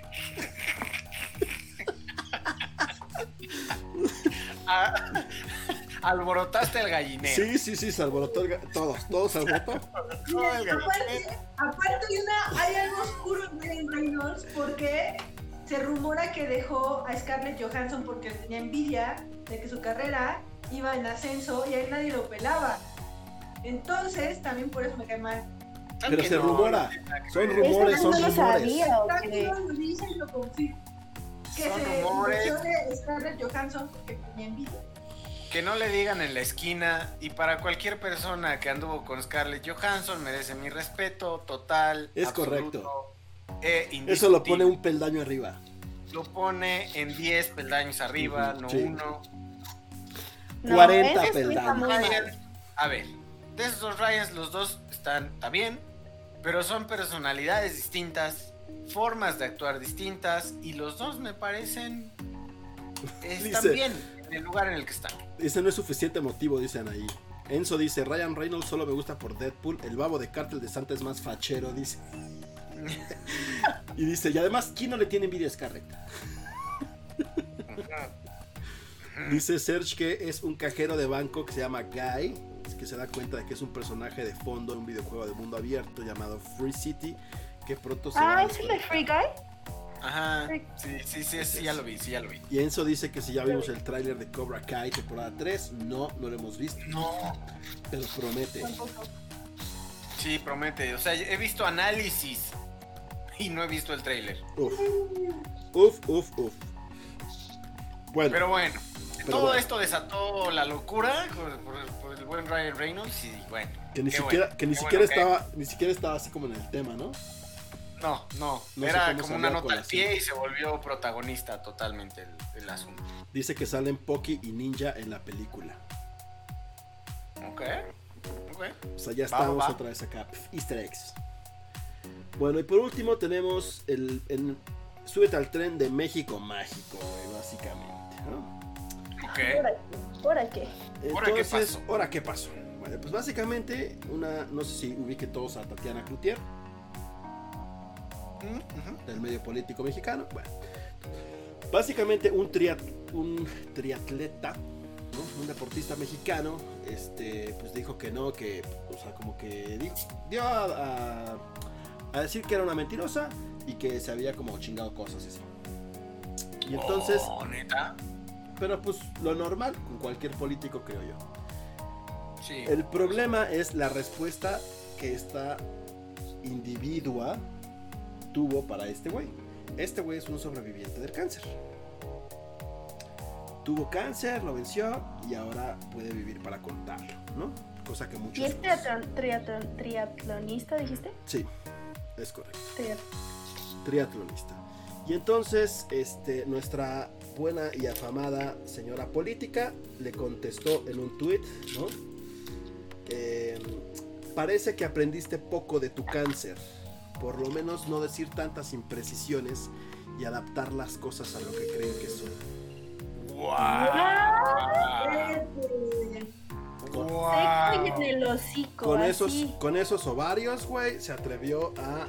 Ah, alborotaste el gallinero. Sí, sí, sí, se alborotó el ga- todos, todos se alborotó. Todo el gallinero. Aparte, aparte de una, hay algo oscuro en Ryan Reynolds porque se rumora que dejó a Scarlett Johansson porque tenía envidia de que su carrera iba en ascenso y a él nadie lo pelaba. Entonces, también por eso me cae mal. Pero Que se no, rumora. no tiene nada que Son ver. rumores, Eso son no lo rumores. sabía, ¿o También qué? lo dice y lo confirmo. Que Son se rumores. divorció de Scarlett Johansson porque tenía envidia. Que no le digan en la esquina. Y para cualquier persona que anduvo con Scarlett Johansson merece mi respeto total. Es absoluto, correcto. e Eso lo indiscutible. pone un peldaño arriba. Lo pone en diez peldaños arriba, Ujú, no sí. uno. No, cuarenta ese sí está peldaños. muy mal. Ryan, a ver, de esos dos Ryans, los dos están, está bien, pero son personalidades distintas, formas de actuar distintas, y los dos me parecen están Dice- bien en el lugar en el que están. Ese no es suficiente motivo, dicen ahí. Enzo dice, Ryan Reynolds solo me gusta por Deadpool. El babo de Cártel de Santa es más fachero, dice. Y dice, y además, ¿quién no le tiene envidia a Scarlett? Dice Serge que es un cajero de banco que se llama Guy, que se da cuenta de que es un personaje de fondo en un videojuego de mundo abierto llamado Free City, que pronto se va Ah, a ¿es el de Free Guy? Ajá, sí, sí, sí, sí, ya lo vi, sí, ya lo vi. Y Enzo dice que si ya vimos el tráiler de Cobra Kai temporada tres, no, no lo hemos visto, No, pero promete. Tampoco. sí, promete, o sea, he visto análisis y no he visto el tráiler. Uf, uf, uf, uf. Bueno, Pero bueno, Pero todo bueno. esto desató la locura por, por- por el buen Ryan Reynolds y bueno. que ni qué siquiera, bueno, que ni qué siquiera bueno que- estaba, ni siquiera estaba así como en el tema, ¿no? No, no, No sé era cómo como salió una a nota al colación. pie y se volvió protagonista totalmente el, el asunto. Dice que salen Poki y Ninja en la película. Ok, ok. O sea, ya Va, estamos va. otra vez acá. Pf, Easter eggs. Bueno, y por último tenemos el, el súbete al tren de México Mágico, güey, básicamente, ¿no? Ok. ¿Ahora, ¿ahora qué? ¿Ahora qué Entonces, pasó? ¿ahora qué pasó? Bueno, pues básicamente, una, no sé si ubiquen todos a Tatiana Cloutier, Mm, ujú. del medio político mexicano. Bueno, básicamente un, triat, un triatleta, ¿no? Un deportista mexicano, este, pues dijo que no, que, o sea, como que di- dio a, a- a decir que era una mentirosa y que se había como chingado cosas así. Y entonces, Oh, neta. pero pues lo normal con cualquier político, creo yo. Sí. El problema es la respuesta que esta individua tuvo para este güey. Este güey es un sobreviviente del cáncer. Tuvo cáncer, lo venció y ahora puede vivir para contarlo, ¿no? Cosa que muchos... ¿Y es triatlon- triatlon- triatlonista, dijiste? Sí, es correcto. Triat- Triatlonista. Y entonces, este, nuestra buena y afamada señora política le contestó en un tuit, ¿no? Eh, parece que aprendiste poco de tu cáncer. Por lo menos no decir tantas imprecisiones y adaptar las cosas a lo que creen que son. Vete. Seco y en el hocico, Con así. esos, con esos ovarios, güey, se atrevió a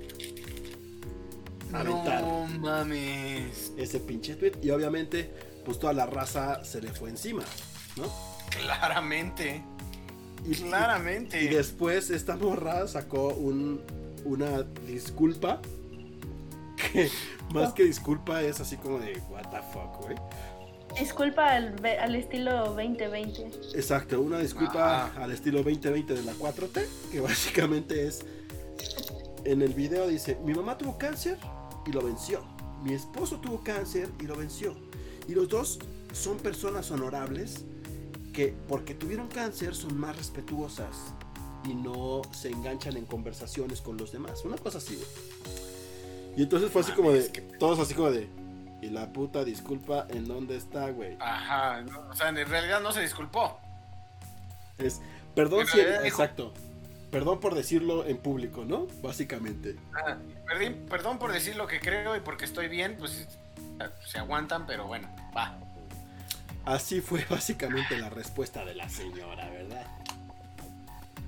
aventar No mames. ese pinche tweet. Y obviamente, pues toda la raza se le fue encima, ¿no? Claramente. Y, Claramente. y después esta morra sacó un, una disculpa. Que más que disculpa es así como de what the fuck, güey. Disculpa al, ve- al estilo veinte veinte. Exacto, una disculpa Ajá. al estilo veinte veinte de la cuatro T, que básicamente es, en el video dice, mi mamá tuvo cáncer y lo venció, mi esposo tuvo cáncer y lo venció, y los dos son personas honorables que porque tuvieron cáncer son más respetuosas y no se enganchan en conversaciones con los demás, una cosa así, güey. Y entonces fue así como de, todos así como de, y la puta disculpa, ¿en dónde está, güey? Ajá. no, o sea, en realidad no se disculpó. Es, perdón En si, realidad dijo- exacto, perdón por decirlo en público, ¿no? Básicamente. Ah, perdí- perdón por decir lo que creo y porque estoy bien, pues se aguantan, pero bueno, va. Así fue básicamente la respuesta de la señora, ¿verdad?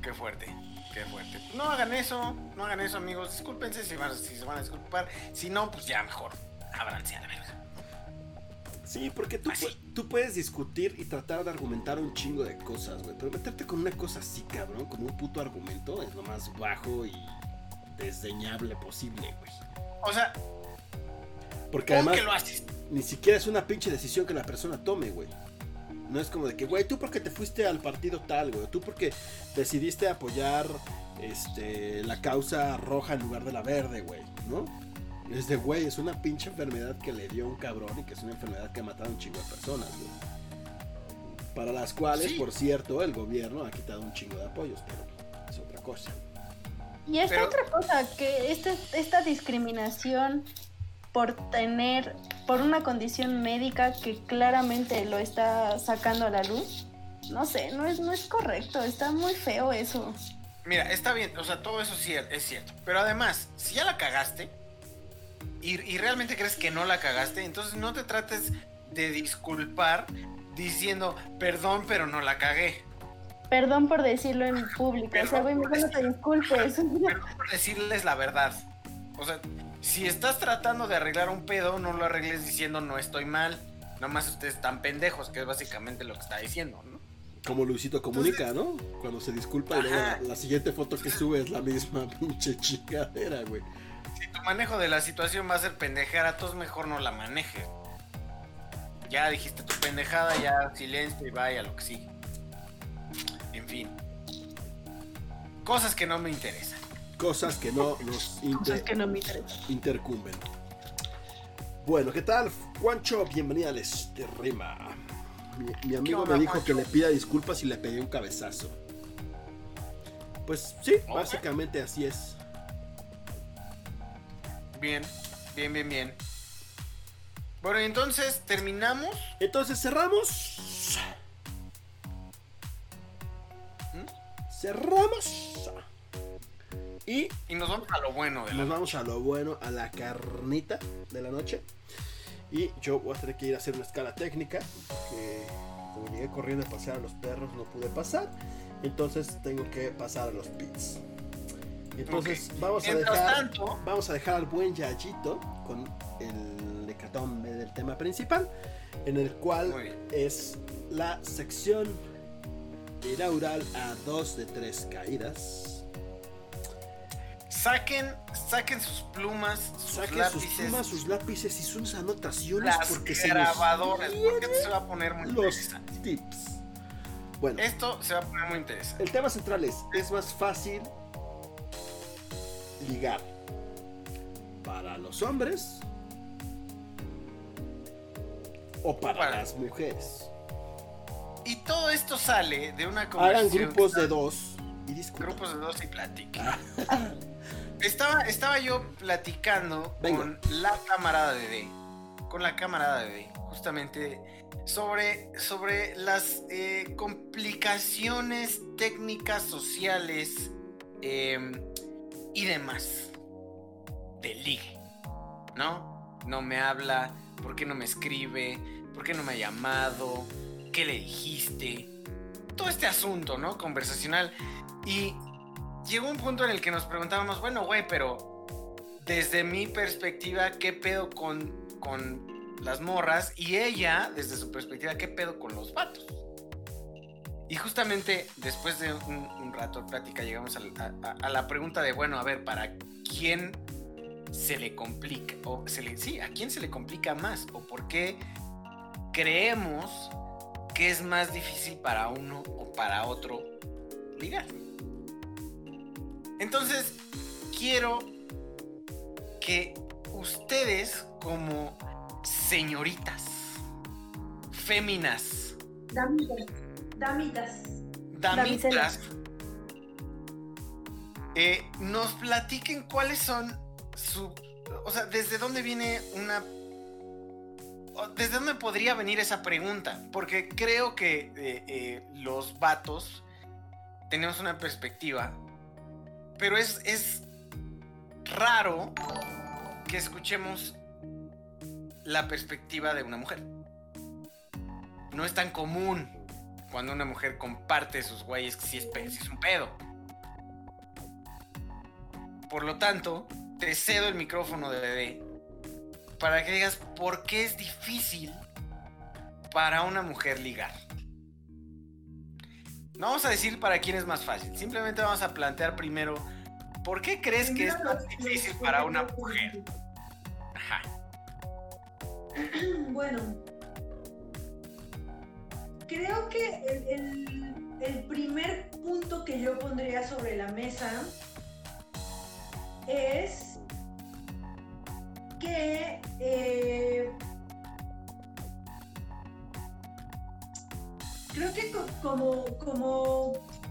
Qué fuerte, qué fuerte. No hagan eso, no hagan eso, amigos. Discúlpense si, van, si se van a disculpar. Si no, pues ya mejor, ábranse a la verga. Sí, porque tú, pu- tú puedes discutir y tratar de argumentar un chingo de cosas, güey. Pero meterte con una cosa así, cabrón, con un puto argumento, es lo más bajo y desdeñable posible, güey. O sea, porque ¿cómo además que lo haces? ni siquiera es una pinche decisión que la persona tome, güey. No es como de que, güey, tú porque te fuiste al partido tal, güey. Tú porque decidiste apoyar este, la causa roja en lugar de la verde, güey, ¿no? Es de, güey, es una pinche enfermedad que le dio un cabrón y que es una enfermedad que ha matado a un chingo de personas, güey. Para las cuales, sí, por cierto, el gobierno ha quitado un chingo de apoyos, pero es otra cosa. Y esta Pero... otra cosa, que este, esta discriminación por tener, por una condición médica que claramente lo está sacando a la luz, no sé, no es, no es correcto, está muy feo eso. Mira, está bien, o sea, todo eso sí es cierto, pero además, si ya la cagaste y, y realmente crees que no la cagaste, entonces no te trates de disculpar diciendo, perdón, pero no la cagué. Perdón por decirlo en público, Perdón o sea, güey, mejor no te disculpes. Perdón por decirles la verdad. O sea, si estás tratando de arreglar un pedo, no lo arregles diciendo no estoy mal. Nomás ustedes están pendejos, que es básicamente lo que está diciendo, ¿no? Como Luisito Comunica, ¿no? Cuando se disculpa y luego la, la siguiente foto que sube es la misma pinche chingadera, güey. Si tu manejo de la situación va a ser pendejar a todos, mejor no la manejes. Ya dijiste tu pendejada, ya silencio y vaya lo que sigue. En fin. Cosas que no me interesan. Cosas que no nos inter- Cosas que no me interesan. intercumben. Bueno, ¿qué tal, Juancho? Bienvenida al Este Rima. Mi, mi amigo onda, me dijo Juancho? que le pida disculpas y le pegué un cabezazo. Pues sí, Ok. básicamente así es. Bien, bien, bien, bien. Bueno, entonces terminamos. Entonces cerramos. ¿Mm? Cerramos. Y Y nos vamos a lo bueno de la nos vamos a lo bueno, a la carnita de la noche. Y yo voy a tener que ir a hacer una escala técnica, que como llegué corriendo a pasear a los perros no pude pasar. Entonces tengo que pasar a los pits. Entonces Ok. vamos a Mientras dejar tanto- vamos a dejar al buen Yayito con el hecatombe del tema principal, en el cual Muy bien. es la sección inaugural a dos de tres caídas. Saquen, saquen sus plumas, sus Saquen lápices, sus plumas, sus lápices y sus anotaciones, las porque se grabadoras, nos porque esto se va a poner muy los interesante. tips. Bueno, Esto se va a poner muy interesante. el tema central es, ¿es más fácil ligar para los hombres o para, para- las mujeres? Y todo esto sale de una Hagan conversación. grupos de dos y discutan. Grupos de dos y platiquen. Ah. Estaba, estaba yo platicando Venga. con la camarada de D, con la camarada de D, justamente sobre, sobre las eh, complicaciones técnicas, sociales eh, y demás del ligue, ¿no? No me habla, ¿por qué no me escribe? ¿Por qué no me ha llamado? ¿Qué le dijiste? Todo este asunto, ¿no? Conversacional. Y llegó un punto en el que nos preguntábamos, bueno, güey, pero desde mi perspectiva, ¿qué pedo con, con las morras? Y ella, desde su perspectiva, ¿qué pedo con los vatos? Y justamente después de un, un rato de plática llegamos a, a, a la pregunta de, bueno, a ver, ¿para quién se le complica? O se le, sí, ¿a quién se le complica más? ¿O por qué creemos que es más difícil para uno o para otro ligar? Entonces, quiero que ustedes como señoritas, féminas, Damitas. Damitas. damitas, eh, nos platiquen cuáles son su... O sea, desde dónde viene una... ¿Desde dónde podría venir esa pregunta? Porque creo que eh, eh, los vatos tenemos una perspectiva, pero es, es raro que escuchemos la perspectiva de una mujer. No es tan común cuando una mujer comparte sus güeyes que sí es, pe- sí es un pedo. Por lo tanto, te cedo el micrófono de Bebé para que digas por qué es difícil para una mujer ligar. No vamos a decir para quién es más fácil, simplemente vamos a plantear primero por qué crees que es más difícil para una mujer. Ajá. Bueno, creo que el, el, el primer punto que yo pondría sobre la mesa es que eh, creo que co- como, como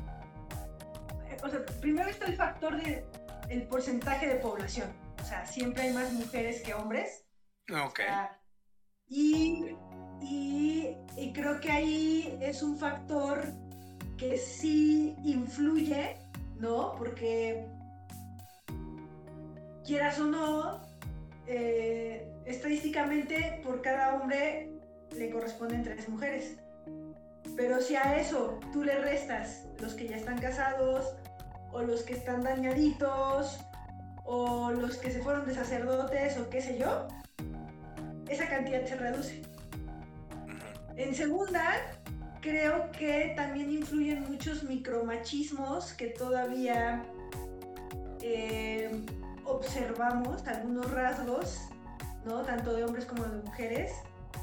o sea, primero está el factor de el porcentaje de población, o sea, siempre hay más mujeres que hombres. Ok. O sea, y, y, y creo que ahí es un factor que sí influye, ¿no? Porque quieras o no, eh, estadísticamente por cada hombre le corresponden tres mujeres. Pero si a eso tú le restas los que ya están casados, o los que están dañaditos, o los que se fueron de sacerdotes, o qué sé yo, esa cantidad se reduce. En segunda, creo que también influyen muchos micromachismos que todavía eh, observamos, algunos rasgos, ¿no? Tanto de hombres como de mujeres,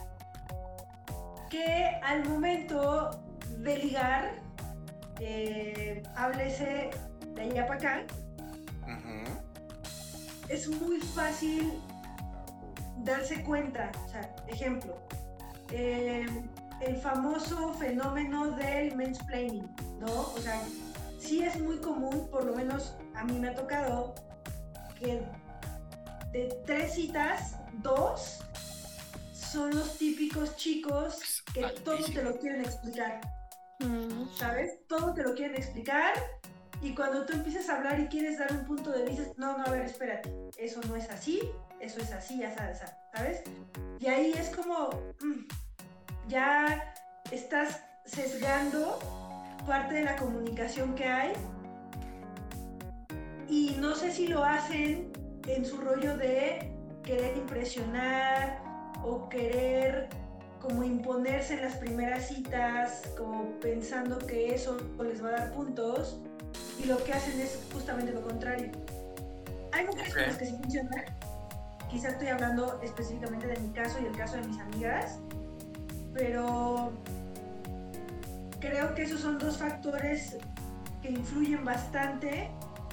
que al momento de ligar, eh, háblese de allá para acá, Uh-huh. es muy fácil darse cuenta. O sea, ejemplo, eh, el famoso fenómeno del mansplaining, ¿no? O sea, sí es muy común, por lo menos a mí me ha tocado, que de tres citas, dos son los típicos chicos que todo te lo quieren explicar, ¿sabes? Todo te lo quieren explicar, y cuando tú empiezas a hablar y quieres dar un punto de vista, no, no, a ver, espérate, eso no es así, eso es así, ya sabes, ¿sabes? Y ahí es como, mmm, ya estás sesgando parte de la comunicación que hay, y no sé si lo hacen en su rollo de querer impresionar o querer como imponerse en las primeras citas, como pensando que eso les va a dar puntos, y lo que hacen es justamente lo contrario. Hay mujeres Okay. con las que sí funciona. Quizás estoy hablando específicamente de mi caso y el caso de mis amigas, pero creo que esos son dos factores que influyen bastante.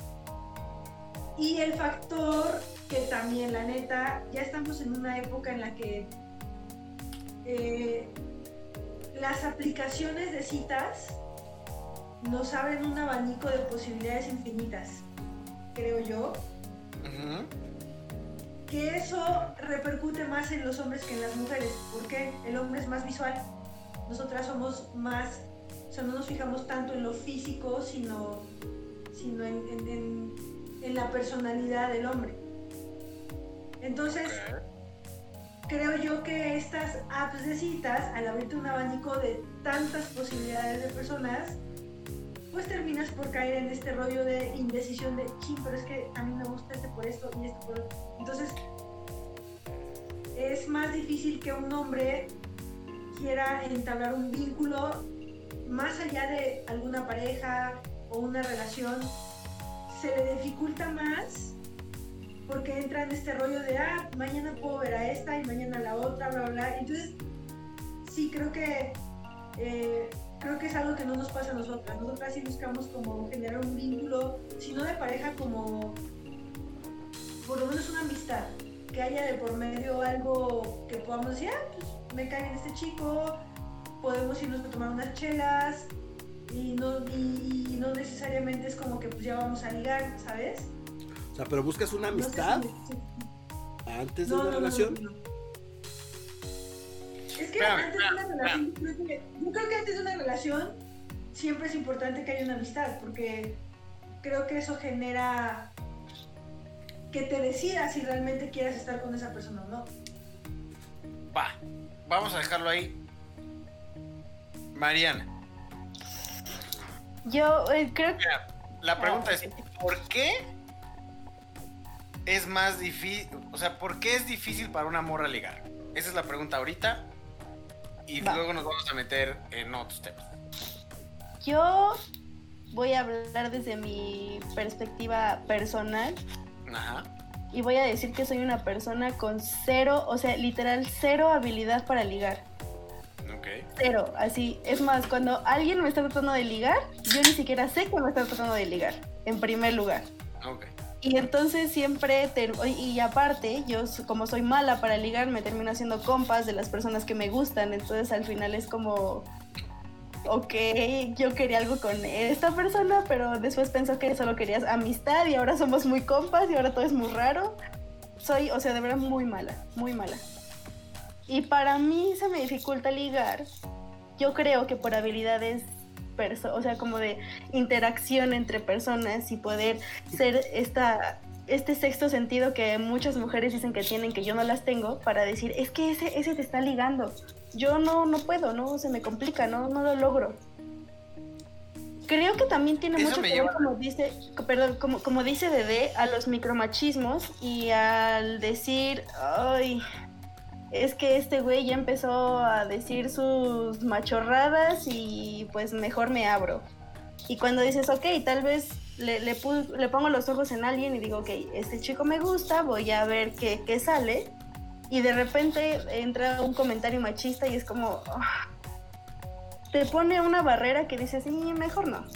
Y el factor que también, la neta, ya estamos en una época en la que eh, las aplicaciones de citas nos abren un abanico de posibilidades infinitas, creo yo. Uh-huh. Que eso repercute más en los hombres que en las mujeres. ¿Por qué? El hombre es más visual. Nosotras somos más, o sea, no nos fijamos tanto en lo físico, sino, sino en, en, en, en la personalidad del hombre. Entonces, okay, creo yo que estas apps de citas, al abrirte un abanico de tantas posibilidades de personas, pues terminas por caer en este rollo de indecisión de, ching, pero es que a mí me gusta este por esto y este por otro. Entonces, es más difícil que un hombre quiera entablar un vínculo más allá de alguna pareja o una relación. Se le dificulta más porque entra en este rollo de, ah, mañana puedo ver a esta y mañana a la otra, bla, bla, bla. Entonces, sí, creo que eh, creo que es algo que no nos pasa a nosotras. Nosotras sí buscamos como generar un vínculo, si no de pareja, como por lo menos una amistad, que haya de por medio algo que podamos decir, ah, pues me cae en este chico, podemos irnos a tomar unas chelas, y no, y, y no necesariamente es como que pues ya vamos a ligar, ¿sabes? O sea, pero buscas una amistad, no sé si... antes no, de una no, relación. No, no, no. Es que Espérame, antes de una espérame, relación, yo creo, que, yo creo que antes de una relación siempre es importante que haya una amistad, porque creo que eso genera que te decidas si realmente quieres estar con esa persona o no. Va, vamos a dejarlo ahí. Mariana. Yo eh, creo que... Mira, la pregunta es, ¿por qué es más difícil? O sea, ¿por qué es difícil para una morra ligar? Esa es la pregunta ahorita. Y Va. luego nos vamos a meter en otros temas. Yo voy a hablar desde mi perspectiva personal. Ajá. Y voy a decir que soy una persona con cero, o sea, literal, cero habilidad para ligar. Ok. Cero, así. Es más, cuando alguien me está tratando de ligar, yo ni siquiera sé que me está tratando de ligar, en primer lugar. Ok. Y entonces siempre, te, y aparte, yo como soy mala para ligar, me termino haciendo compas de las personas que me gustan, entonces al final es como, ok, yo quería algo con esta persona, pero después pensó que solo querías amistad y ahora somos muy compas y ahora todo es muy raro. Soy, o sea, de verdad muy mala, muy mala. Y para mí se me dificulta ligar, yo creo que por habilidades Perso- o sea, como de interacción entre personas y poder ser esta, este sexto sentido que muchas mujeres dicen que tienen, que yo no las tengo, para decir, es que ese, ese te está ligando. Yo no, no puedo, no, se me complica, no, no lo logro. Creo que también tiene Eso mucho que ver, como dice, perdón, como, como dice Dede, a los micromachismos y al decir, ay... es que este güey ya empezó a decir sus machorradas y pues mejor me abro. Y cuando dices, ok, tal vez le, le, pu- le pongo los ojos en alguien y digo, ok, este chico me gusta, voy a ver qué, qué sale. Y de repente entra un comentario machista y es como... Oh, te pone una barrera que dices, sí, mejor no.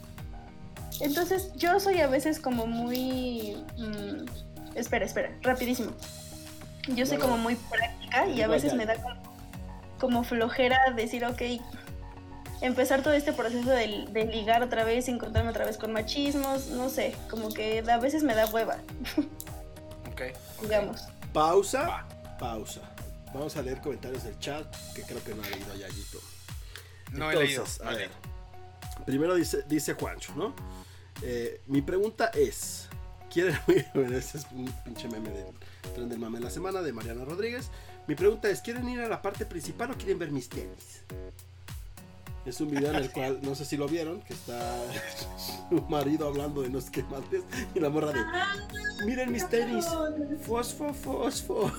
Entonces yo soy a veces como muy... Mmm, espera, espera, rapidísimo. Yo soy como muy práctica y a veces me da como, como flojera decir, ok, empezar todo este proceso de, de ligar otra vez, encontrarme otra vez con machismos, no sé, como que a veces me da hueva. Ok. okay. Digamos. Pausa, Va. pausa. Vamos a leer comentarios del chat, que creo que no ha leído Yayito. No Entonces, he leído. A vale. ver, primero dice, dice Juancho, ¿no? Eh, mi pregunta es, ¿quieren oír? Bueno, ese es un pinche meme del tren del mame de la semana de Mariana Rodríguez. Mi pregunta es, ¿quieren ir a la parte principal o quieren ver mis tenis? Es un video en el cual, no sé si lo vieron, que está su marido hablando de no sé qué madres y la morra de, miren mis tenis, fosfo, fosfo.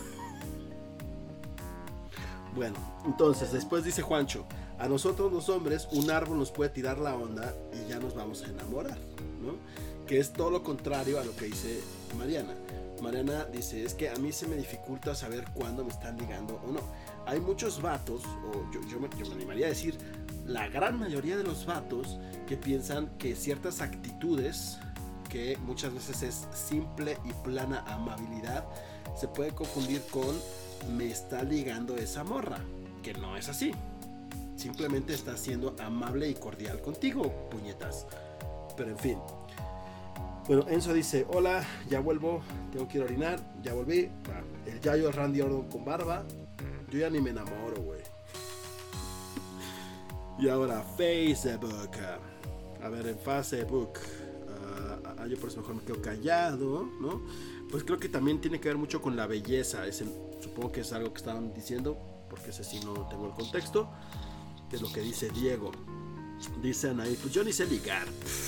Bueno, entonces después dice Juancho, a nosotros los hombres un árbol nos puede tirar la onda y ya nos vamos a enamorar, ¿no? Que es todo lo contrario a lo que dice Mariana. Mariana dice, es que a mí se me dificulta saber cuándo me están ligando o no. Hay muchos vatos, o yo, yo, me, yo me animaría a decir, la gran mayoría de los vatos que piensan que ciertas actitudes, que muchas veces es simple y plana amabilidad, se puede confundir con me está ligando esa morra, que no es así. Simplemente está siendo amable y cordial contigo, puñetas. Pero en fin. Bueno, Enzo dice, hola, ya vuelvo, tengo que ir a orinar, ya volví. Ah, el Yayo Randy Orton con barba. Yo ya ni me enamoro, güey. Y ahora Facebook. A ver, en Facebook. Uh, yo por eso mejor me quedo callado, ¿no? Pues creo que también tiene que ver mucho con la belleza. Es el, supongo que es algo que estaban diciendo, porque ese sí no tengo el contexto. Que es lo que dice Diego. Dicen ahí, pues yo ni sé ligar.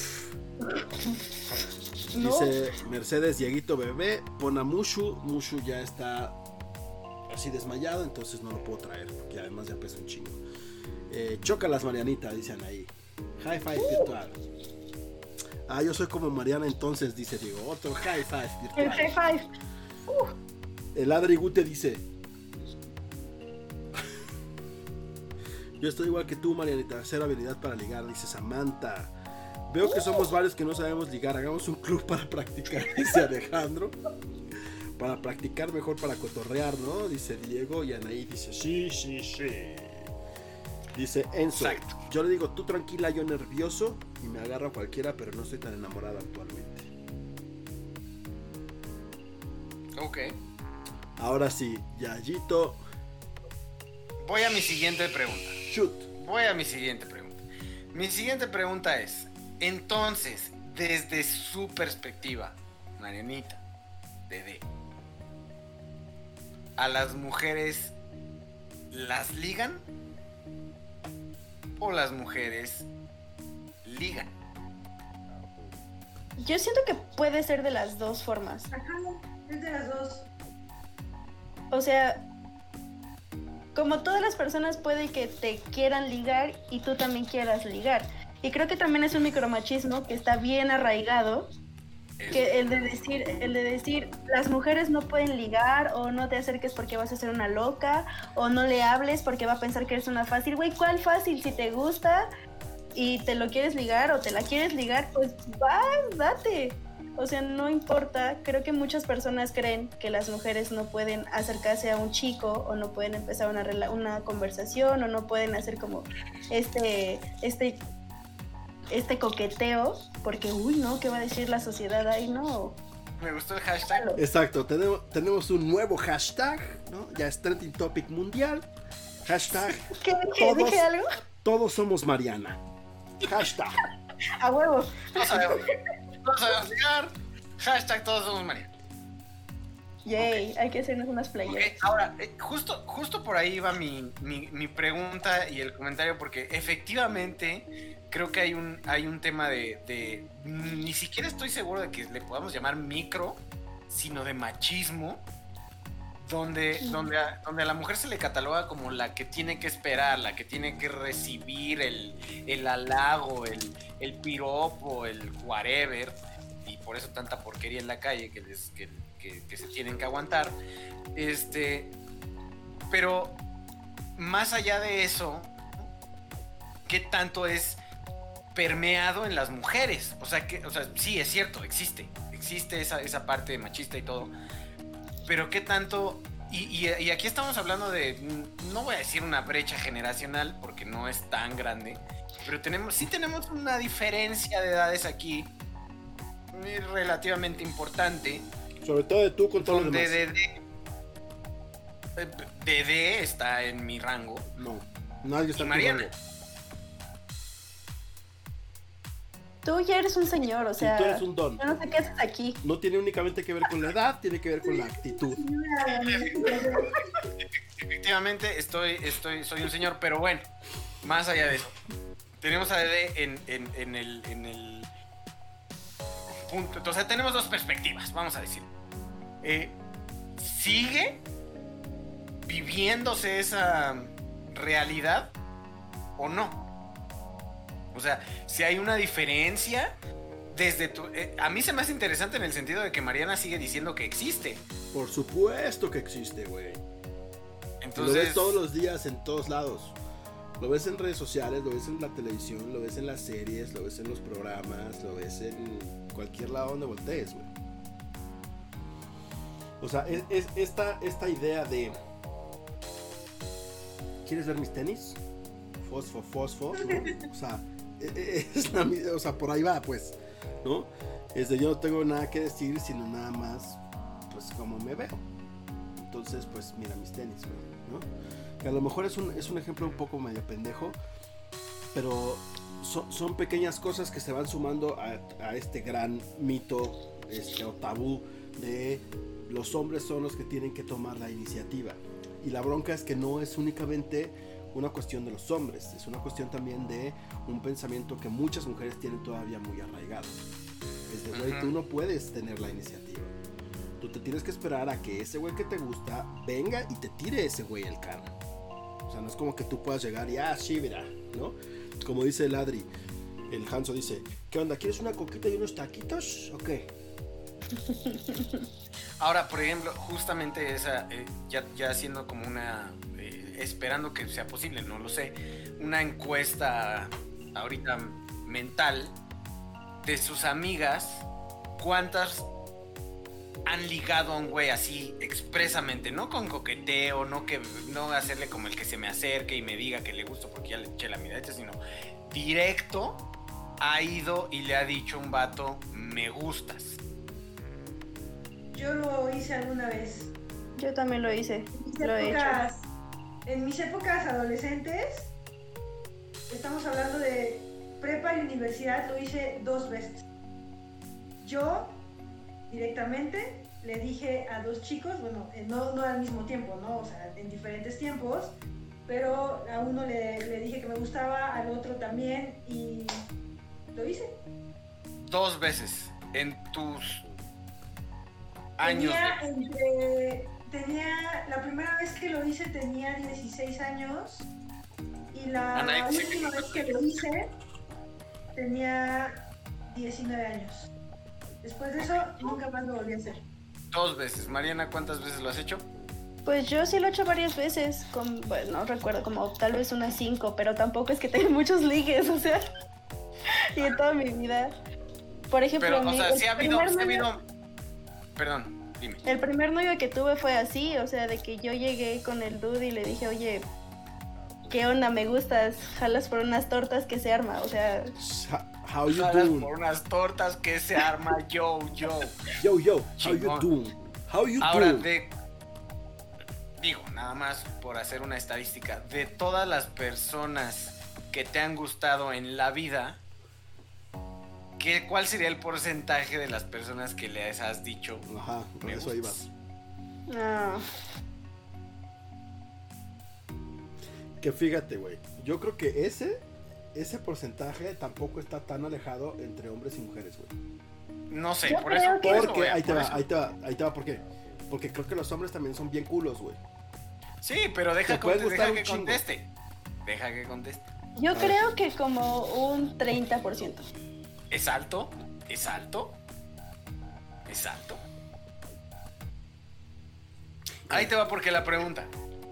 ¿No? Dice Mercedes Dieguito bebé, pon a Mushu. Mushu ya está así desmayado, entonces no lo puedo traer, porque además ya pesa un chingo. Eh, chócalas, Marianita, dicen ahí. High five virtual. Ah, yo soy como Mariana entonces, dice Diego. Otro high five virtual. El high five. Uh. El Adri Gute dice, yo estoy igual que tú, Marianita, cero habilidad para ligar, dice Samantha. Veo que somos varios que no sabemos ligar. Hagamos un club para practicar, dice Alejandro. Para practicar mejor, para cotorrear, ¿no? Dice Diego. Y Anaí dice, sí, sí, sí. Dice Enzo, exacto. Yo le digo, tú tranquila, yo nervioso. Y me agarro a cualquiera, pero no estoy tan enamorado actualmente. Ok. Ahora sí, Yayito. Voy a mi siguiente pregunta. Shoot. Voy a mi siguiente pregunta. Mi siguiente pregunta es, entonces, desde su perspectiva, Marianita, Dede, ¿a las mujeres las ligan o las mujeres ligan? Yo siento que puede ser de las dos formas. Ajá. Es de las dos. O sea, como todas las personas puede que te quieran ligar y tú también quieras ligar. Y creo que también es un micromachismo que está bien arraigado, que el de decir, el de decir, las mujeres no pueden ligar, o no te acerques porque vas a ser una loca, o no le hables porque va a pensar que eres una fácil. Güey, ¿cuál fácil? Si te gusta y te lo quieres ligar o te la quieres ligar, pues vas, date. O sea, no importa. Creo que muchas personas creen que las mujeres no pueden acercarse a un chico, o no pueden empezar una, rela- una conversación, o no pueden hacer como este, este, este coqueteo, porque, uy, no, ¿qué va a decir la sociedad? Ay, no. Me gustó el hashtag. Exacto, tenemos, tenemos un nuevo hashtag, ¿no? Ya es trending topic mundial. Hashtag. ¿Qué dije? Todos, ¿Dije algo? todos somos Mariana. Hashtag. A huevo. Todos sabemos, todos sabemos ligar. Hashtag todos somos María. Yay, Ok. hay que hacernos unas playeras. Ok, ahora, eh, justo, justo por ahí va mi, mi, mi pregunta y el comentario, porque efectivamente creo que hay un, hay un tema de, de... Ni siquiera estoy seguro de que le podamos llamar micro, sino de machismo, donde, donde, a, donde a la mujer se le cataloga como la que tiene que esperar, la que tiene que recibir el, el halago, el, el piropo, el whatever, y por eso tanta porquería en la calle que les... Que, Que, que se tienen que aguantar, este, pero más allá de eso, ¿qué tanto es permeado en las mujeres? O sea, que, o sea, sí, es cierto, existe, existe esa, esa parte machista y todo, pero ¿qué tanto? Y, y, y aquí estamos hablando de, no voy a decir una brecha generacional, porque no es tan grande, pero tenemos, sí tenemos una diferencia de edades aquí relativamente importante. Sobre todo de tú con todo lo Donde demás. Dede, Dede está en mi rango. No, nadie está Y en tu Mariana. rango. Tú ya eres un señor, o sea, tú eres un don. yo no sé qué haces aquí. No tiene únicamente que ver con la edad, tiene que ver con la actitud. Efectivamente, estoy, estoy, soy un señor, pero bueno, más allá de eso. Tenemos a Dede en, en, en el, en el punto. Entonces tenemos dos perspectivas, vamos a decir. Eh, ¿Sigue viviéndose esa realidad o no? O sea, si hay una diferencia desde tu... Eh, a mí se me hace interesante en el sentido de que Mariana sigue diciendo que existe. Por supuesto que existe, güey. Entonces... Lo ves todos los días en todos lados. Lo ves en redes sociales, lo ves en la televisión, lo ves en las series, lo ves en los programas, lo ves en cualquier lado donde voltees, güey. O sea, es, es esta, esta idea de... ¿Quieres ver mis tenis? Fosfo, fosfo, ¿no? O sea, es la, o sea, por ahí va, pues, ¿no? Es de yo no tengo nada que decir, sino nada más, pues, como me veo. Entonces, pues, mira mis tenis, ¿no? Que a lo mejor es un, es un ejemplo un poco medio pendejo, pero son, son pequeñas cosas que se van sumando a, a este gran mito, este, o tabú de los hombres son los que tienen que tomar la iniciativa. Y la bronca es que no es únicamente una cuestión de los hombres, es una cuestión también de un pensamiento que muchas mujeres tienen todavía muy arraigado. Es de, güey, uh-huh. Tú no puedes tener la iniciativa. Tú te tienes que esperar a que ese güey que te gusta venga y te tire ese güey el carro. O sea, no es como que tú puedas llegar y, ah, sí, mira, ¿no? Como dice el Adri, el Hanso dice, ¿qué onda? ¿Quieres una coquita y unos taquitos? ¿O qué? Ahora, por ejemplo, justamente esa, eh, ya, ya haciendo como una, eh, esperando que sea posible, no lo sé, una encuesta ahorita mental de sus amigas, ¿cuántas han ligado a un güey así expresamente? No con coqueteo, no que no hacerle como el que se me acerque y me diga que le gusto porque ya le eché la miradita, sino directo ha ido y le ha dicho a un vato, me gustas. Yo lo hice alguna vez. Yo también lo hice. En Lo he épocas, hecho. En mis épocas adolescentes, estamos hablando de prepa y universidad, lo hice dos veces. Yo directamente le dije a dos chicos, bueno, no, no al mismo tiempo, ¿no? O sea, en diferentes tiempos, pero a uno le, le dije que me gustaba, al otro también, y lo hice. Dos veces en tus Años. Tenía de... entre. Tenía. La primera vez que lo hice tenía dieciséis años. Y la Ana, última vez que lo hice tenía diecinueve años. Después de eso, nunca más lo volví a hacer. Dos veces. Mariana, ¿cuántas veces lo has hecho? Pues yo sí lo he hecho varias veces, con, bueno, no recuerdo, como tal vez unas cinco, pero tampoco es que tenga muchos ligues, o sea, y en toda mi vida. Por ejemplo, Pero, o mi, sea, el sí ha habido, primer sí ha novio- habido... Perdón, dime. El primer novio que tuve fue así, o sea, de que yo llegué con el dude y le dije, oye, ¿qué onda? Me gustas, jalas por unas tortas, que se arma, o sea, How you Jalas doing? por unas tortas que se arma yo, yo. Yo, yo, how you Chingón. doing? How you Ahora, doing? de... Digo, nada más por hacer una estadística. De todas las personas que te han gustado en la vida, ¿qué, ¿cuál sería el porcentaje de las personas que les has dicho? Ajá, por Me eso gustas? iba. no. Que fíjate, güey. Yo creo que ese, ese porcentaje tampoco está tan alejado entre hombres y mujeres, güey. No sé, Yo por creo eso. que- por eso, Porque, güey, ahí te por va, eso. ahí te va, ahí te va, ¿por qué? Porque creo que los hombres también son bien culos, güey. Sí, pero deja, Te puede conte- gustar deja un que chingo. conteste. Deja que conteste. Yo A ver. creo que como un treinta por ciento. ¿Es alto? ¿Es alto? ¿Es alto? Ahí te va porque la pregunta.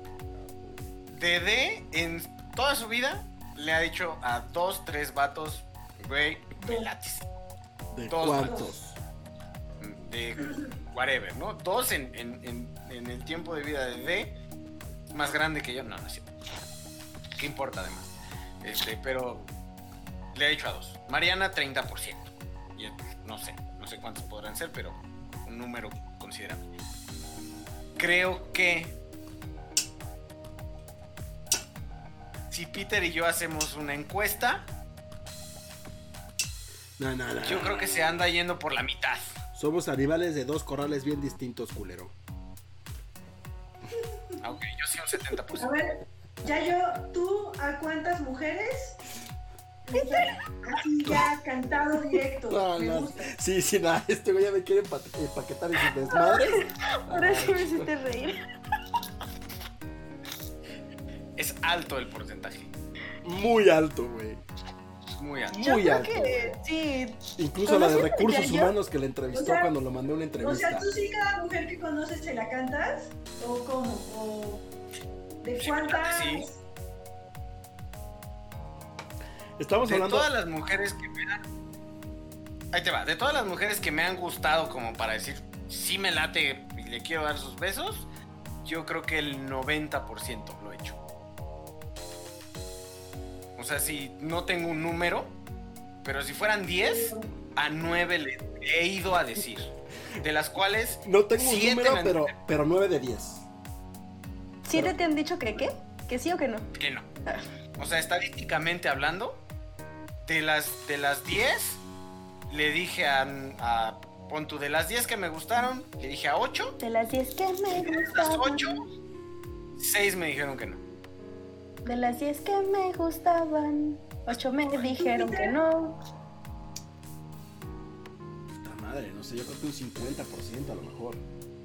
Dede en toda su vida le ha dicho a dos, tres vatos, güey, me lates. ¿De Dos cuántos? De whatever, ¿no? Dos en, en, en, en el tiempo de vida de Dede, más grande que yo. No, no es cierto. ¿Qué importa además? Este, pero le ha dicho a dos. Mariana, treinta por ciento. Y, no sé, no sé cuántos podrán ser, pero un número considerable. Creo que si Peter y yo hacemos una encuesta, No, no, no. yo creo que se anda yendo por la mitad. Somos animales de dos corrales bien distintos, culero. Aunque yo sí un setenta por A ciento. ver, ya yo, ¿tú a cuántas mujeres? O sea, así ya cantado directo. No, me no. gusta. Sí, sí, nada. Este güey ya me quiere empa- empaquetar en sus desmadres. Ahora sí me hiciste reír. Es alto el porcentaje. Muy alto, güey. Muy alto. Yo Muy creo alto. que sí. Incluso la de ¿Conociste recursos ya yo? humanos que le entrevistó O sea, cuando lo mandé a una O entrevista. sea, ¿tú sí cada mujer que conoces se la cantas? ¿O cómo? ¿O de Sí, cuántas? sí. Estamos De hablando. todas las mujeres que me han... Ahí te va. De todas las mujeres que me han gustado como para decir, sí me late y le quiero dar sus besos, yo creo que el noventa por ciento lo he hecho. O sea, si no tengo un número, pero si fueran diez, a nueve le he ido a decir. De las cuales... No tengo un siete número, me han- pero, pero nueve de diez. ¿Siete te han dicho que qué? ¿Que sí o que no? Que no. Ah. O sea, estadísticamente hablando, de las de las diez, le dije a, a pon tú, de las diez que me gustaron, le dije a ocho, De las diez que me de las gustaban. ocho, seis me dijeron que no. De las diez que me gustaban, ocho me dijeron que no. Puta madre, no sé, yo creo que un cincuenta por ciento a lo mejor.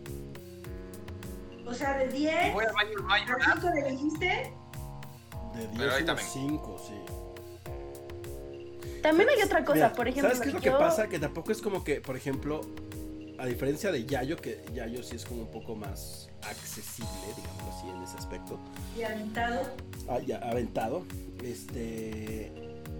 O sea, de diez Voy al baño, no hay a nada. cinco le dijiste. De Pero ahí diez unos también. cinco, sí. También hay otra cosa, Mira, por ejemplo. ¿sabes qué es lo yo- que pasa? Que tampoco es como que, por ejemplo, a diferencia de Yayo, que Yayo sí es como un poco más accesible, digámoslo así, en ese aspecto. Y aventado. Ah, ya, aventado. Este.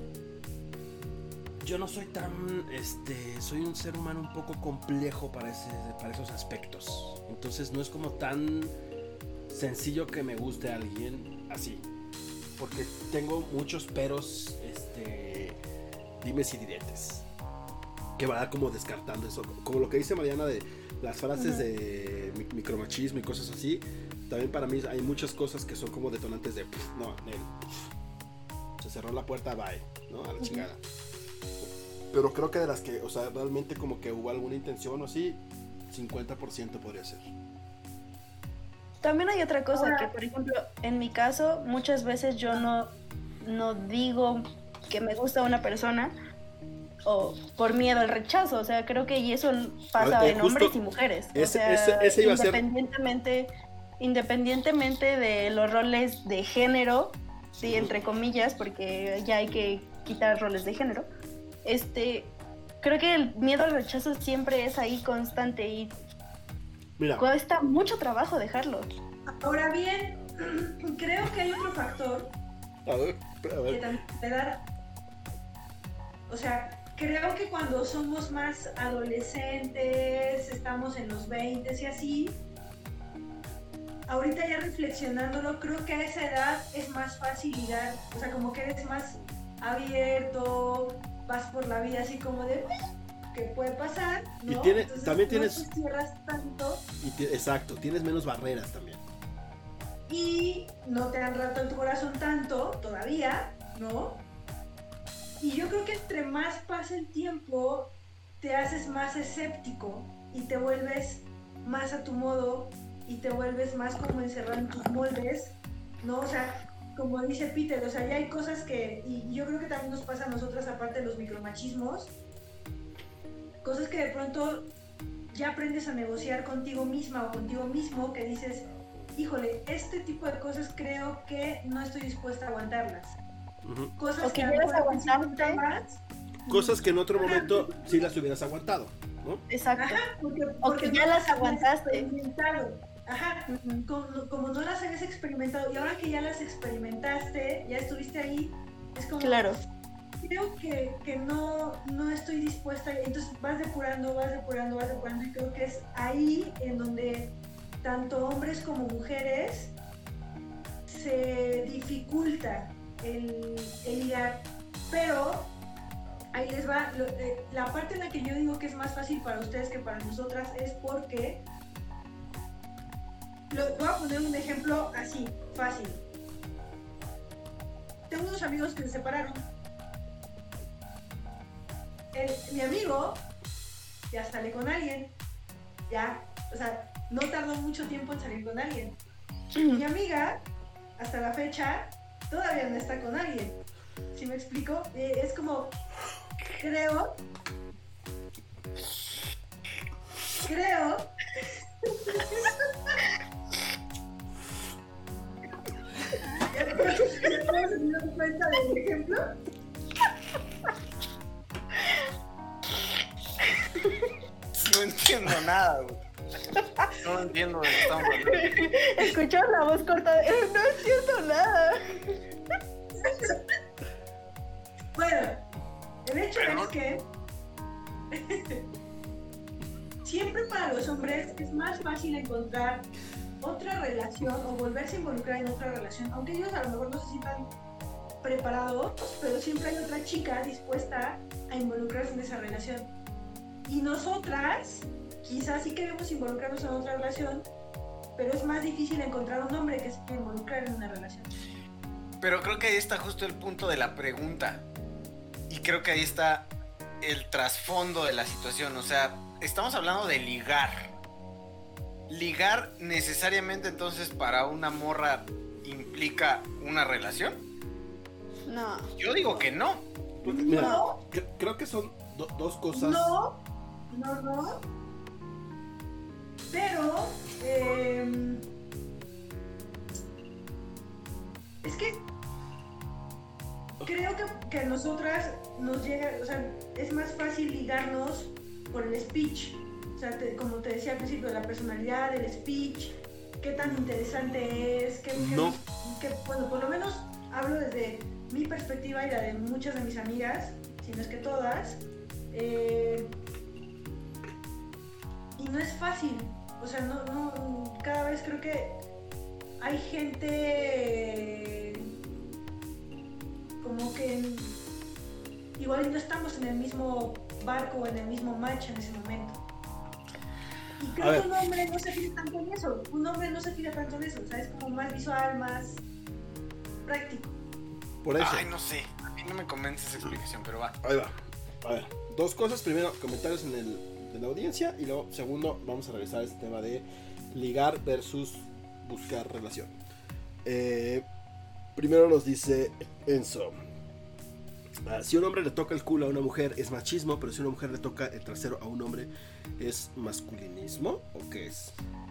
Yo no soy tan. Este. Soy un ser humano un poco complejo para, ese, para esos aspectos. Entonces no es como tan sencillo que me guste a alguien así. Porque tengo muchos peros. Este. Dimes y diretes. Que va como descartando eso. Como lo que dice Mariana de las frases Ujú. de mi- micromachismo y cosas así. También para mí hay muchas cosas que son como detonantes de "Pff, no, Nel, pff, se cerró la puerta, bye, ¿no? A la chingada. Pero creo que de las que, o sea, realmente como que hubo alguna intención o así, cincuenta por ciento podría ser. También hay otra cosa, Ahora- que por ejemplo, en mi caso, muchas veces yo no, no digo que me gusta una persona, o por miedo al rechazo. O sea, creo que y eso pasa Eh, en justo hombres y mujeres. O ese- sea, ese- ese iba a ser- independientemente, independientemente de los roles de género, sí, entre comillas, porque ya hay que quitar roles de género. Este, creo que el miedo al rechazo siempre es ahí constante y Mira, cuesta mucho trabajo dejarlo. Ahora bien, creo que hay otro factor a ver, a que ver. también te da. O sea, creo que cuando somos más adolescentes, estamos en los veinte y así, ahorita ya reflexionándolo, creo que a esa edad es más fácil ligar, o sea, como que eres más abierto, vas por la vida así como de, ¿qué puede pasar? ¿no? Y tiene- Entonces, también tienes- no te cierras tanto Y ti- exacto, tienes menos barreras también. y no te han roto el corazón tanto todavía, ¿no? Y yo creo que entre más pasa el tiempo, te haces más escéptico y te vuelves más a tu modo y te vuelves más como encerrado en tus moldes, ¿no? O sea, como dice Peter, o sea, ya hay cosas que, y yo creo que también nos pasa a nosotras, aparte de los micromachismos, cosas que de pronto ya aprendes a negociar contigo misma o contigo mismo, que dices, híjole, este tipo de cosas creo que no estoy dispuesta a aguantarlas. Ujú. Cosas O que a lo llegas a mejor al principio aguantarte. jamás, Cosas que en otro momento sí las hubieras aguantado, ¿no? Exacto. Ajá, porque, O porque que ya no las habías aguantaste. experimentado. Ajá, Ujú. como, como no las habías experimentado y ahora que ya las experimentaste, ya estuviste ahí, es como, Claro. creo que, que no, no estoy dispuesta, entonces vas depurando, vas depurando, vas depurando y creo que es ahí en donde tanto hombres como mujeres se dificulta el, el ligar, pero ahí les va, lo- eh, la parte en la que yo digo que es más fácil para ustedes que para nosotras es porque, lo, voy a poner un ejemplo así, fácil. Tengo unos amigos que se separaron. El- mi amigo ya sale con alguien, ya, o sea, no tardó mucho tiempo en salir con alguien. Mi amiga, hasta la fecha, todavía no está con alguien. ¿Sí me explico? Eh, es como, creo, creo, ¿Ya se dieron cuenta del ejemplo? No entiendo nada, güey. No entiendo de qué estamos hablando. Escuchar la voz corta de, "Eh, no entiendo nada". Bueno, el hecho Perdón. es que siempre para los hombres es más fácil encontrar otra relación o volverse a involucrar en otra relación, aunque ellos a lo mejor no se sientan preparados, pero siempre hay otra chica dispuesta a involucrarse en esa relación. Y nosotras, quizás sí queremos involucrarnos en otra relación, pero es más difícil encontrar un hombre que se quiera involucrar en una relación. Pero creo que ahí está justo el punto de la pregunta. Y creo que ahí está el trasfondo de la situación. O sea, estamos hablando de ligar. ¿Ligar necesariamente entonces para una morra implica una relación? No. Yo digo que no. Mira, No. cre- creo que son do- dos cosas. No, no, no. Pero, eh, es que creo que, que a nosotras nos llega, o sea, es más fácil ligarnos por el speech. O sea, te- como te decía al principio, la personalidad, el speech, qué tan interesante es, qué, qué- No. qué- bueno, por lo menos hablo desde mi perspectiva y la de muchas de mis amigas, si no es que todas. Eh, y no es fácil, o sea, no, no, cada vez creo que hay gente como que igual no estamos en el mismo barco o en el mismo match en ese momento. Y A creo ver. que un hombre no se fija tanto en eso, un hombre no se fija tanto en eso, o sea, es como más visual, más práctico. Por eso. Ay, no sé. A mí no me convence esa explicación, pero va. Ahí va. A ver, dos cosas. Primero, comentarios en el, de la audiencia. Y luego, segundo, vamos a revisar este tema de ligar versus buscar relación. Eh, primero nos dice Enzo. Uh, si un hombre le toca el culo a una mujer es machismo, pero si una mujer le toca el trasero a un hombre es masculinismo, ¿o qué es?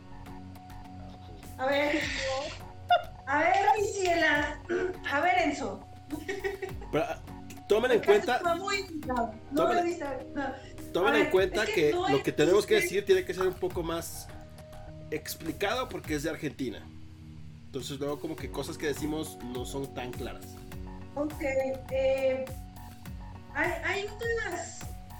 A ver, a ver, Isiela, a ver, Enzo. Pero, tomen en cuenta, muy... no, no tomen, lo viste, no. tomen ver, en cuenta es que, que, no lo que tenemos existe... que decir tiene que ser un poco más explicado porque es de Argentina. Entonces luego como que cosas que decimos no son tan claras. Ok, eh, hay, hay unas...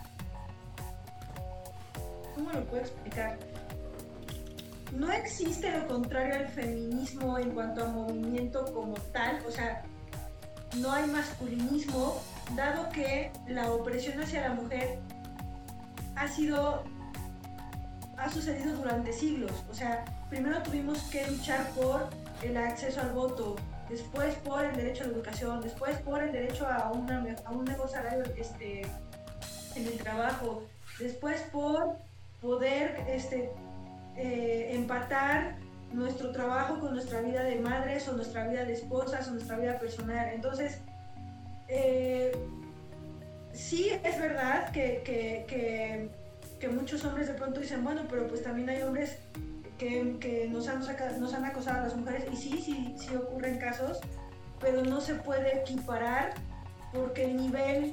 ¿Cómo lo puedo explicar? No existe lo contrario al feminismo en cuanto a movimiento como tal, o sea, no hay masculinismo, dado que la opresión hacia la mujer ha sido, ha sucedido durante siglos. O sea, primero tuvimos que luchar por el acceso al voto, después por el derecho a la educación, después por el derecho a, una, a un nuevo salario este, en el trabajo, después por poder este, eh, empatar nuestro trabajo con nuestra vida de madres o nuestra vida de esposas o nuestra vida personal. Entonces, eh, sí es verdad que, que, que, que muchos hombres de pronto dicen, bueno, pero pues también hay hombres que, que nos, han sacado, nos han acosado a las mujeres, y sí, sí, sí ocurren casos, pero no se puede equiparar porque el nivel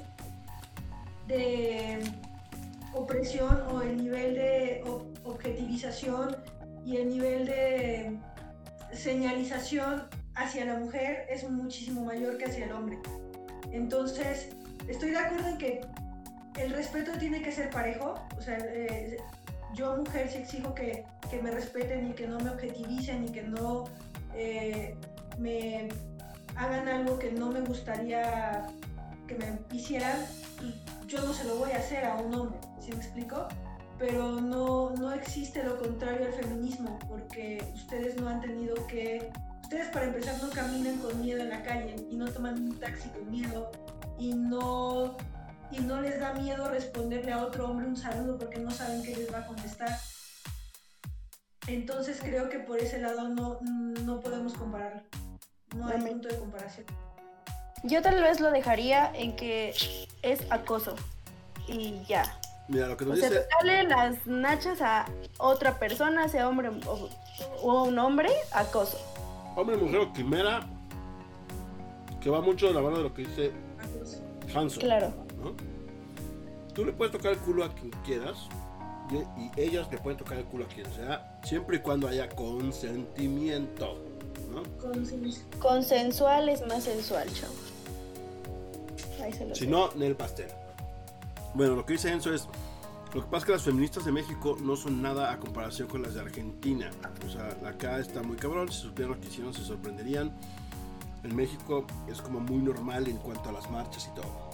de opresión o el nivel de objetivización y el nivel de señalización hacia la mujer es muchísimo mayor que hacia el hombre. Entonces, estoy de acuerdo en que el respeto tiene que ser parejo. O sea, eh, yo mujer sí exijo que, que me respeten y que no me objetivicen y que no eh, me hagan algo que no me gustaría que me hicieran. Yo no se lo voy a hacer a un hombre, ¿sí me explico? Pero no, no existe lo contrario al feminismo, porque ustedes no han tenido que... Ustedes, para empezar, no caminan con miedo en la calle y no toman un taxi con miedo y no, y no les da miedo responderle a otro hombre un saludo porque no saben qué les va a contestar. Entonces creo que por ese lado no, no podemos compararlo. No hay punto de comparación. Yo tal vez lo dejaría en que es acoso y ya. Mira, lo que nos o sea, dice... tocarle las nachas a otra persona, sea hombre o, o un hombre, acoso. Hombre, mujer o quimera, que va mucho de la mano de lo que dice Hanson. Claro. ¿No? Tú le puedes tocar el culo a quien quieras y, y ellas le pueden tocar el culo a quien sea, siempre y cuando haya consentimiento, ¿no? Consensual es más sensual, chavos. Ahí se lo Si sé. no, Nel pastel. Bueno, lo que dice Enzo es, lo que pasa es que las feministas de México no son nada a comparación con las de Argentina. O sea, acá está muy cabrón, si supieran lo que hicieron se sorprenderían. En México es como muy normal en cuanto a las marchas y todo.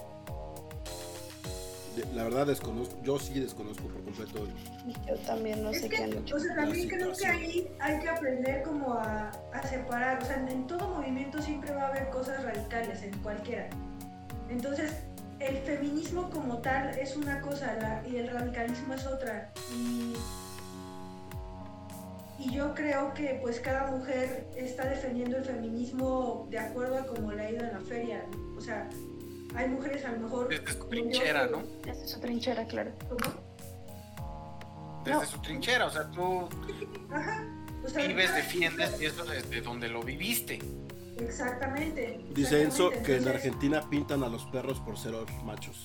De, la verdad desconozco, yo sí desconozco por completo. Yo también no es sé que, qué han hecho. O sea, también La creo que situación. ahí hay que aprender como a, a separar. O sea, en, en todo movimiento siempre va a haber cosas radicales, en cualquiera. Entonces, el feminismo como tal es una cosa la, y el radicalismo es otra. Y, y yo creo que pues cada mujer está defendiendo el feminismo de acuerdo a como le ha ido en la feria. O sea, hay mujeres a lo mejor... Desde su trinchera, ¿no? Desde su trinchera, claro. ¿Cómo? Desde No. su trinchera, o sea, tú Ajá. O sea, vives, defiendes y eso desde donde lo viviste. Exactamente. Dice Enzo exactamente. que en Entonces, Argentina pintan a los perros por ser machos.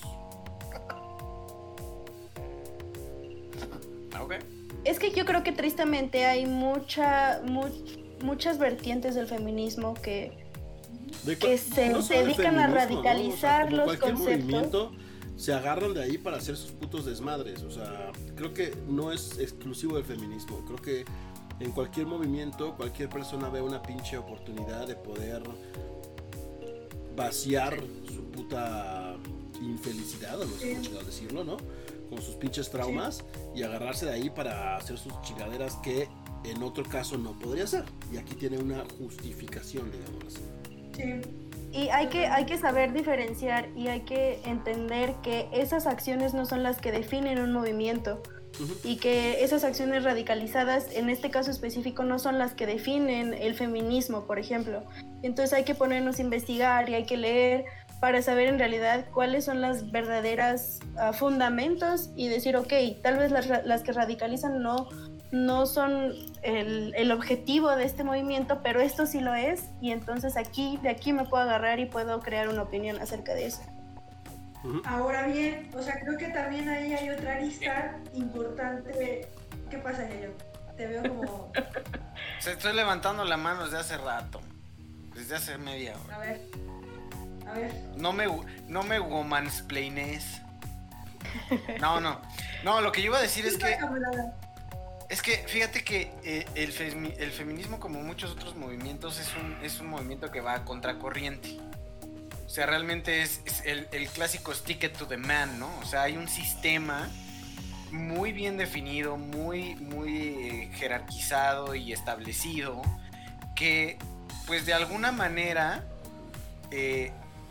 Ok. Es que yo creo que tristemente hay mucha, mu- muchas vertientes del feminismo que, De que cua- se, no se solo el dedican a feminismo, ¿no? O sea, radicalizar como los cualquier conceptos. movimiento se agarran de ahí para hacer sus putos desmadres. O sea, creo que no es exclusivo del feminismo. Creo que en cualquier movimiento, cualquier persona ve una pinche oportunidad de poder vaciar su puta infelicidad, o no sé cómo chingados decirlo, ¿no? Con sus pinches traumas y agarrarse de ahí para hacer sus chingaderas que en otro caso no podría hacer. Y aquí tiene una justificación, digamos así. sí. Y hay que, hay que saber diferenciar y hay que entender que esas acciones no son las que definen un movimiento. Uh-huh. Y que esas acciones radicalizadas, en este caso específico, no son las que definen el feminismo, por ejemplo. Entonces hay que ponernos a investigar y hay que leer para saber en realidad cuáles son las verdaderas uh, fundamentos y decir, ok, tal vez las, las que radicalizan no, no son el, el objetivo de este movimiento, pero esto sí lo es, y entonces aquí, de aquí me puedo agarrar y puedo crear una opinión acerca de eso. Ahora bien, o sea, creo que también ahí hay otra arista importante. ¿Qué pasa, Yayo? Te veo como... Se estoy levantando la mano desde hace rato. Desde hace media hora. A ver. A ver. No me, no me womansplaines. No, no. No, lo que yo iba a decir es que... Es que fíjate que eh, el, femi, el feminismo, como muchos otros movimientos, es un, es un movimiento que va a contracorriente. O sea, realmente es, es el, el clásico stick it to the man, ¿no? O sea, hay un sistema muy bien definido, muy, muy eh, jerarquizado y establecido, que pues de alguna manera eh,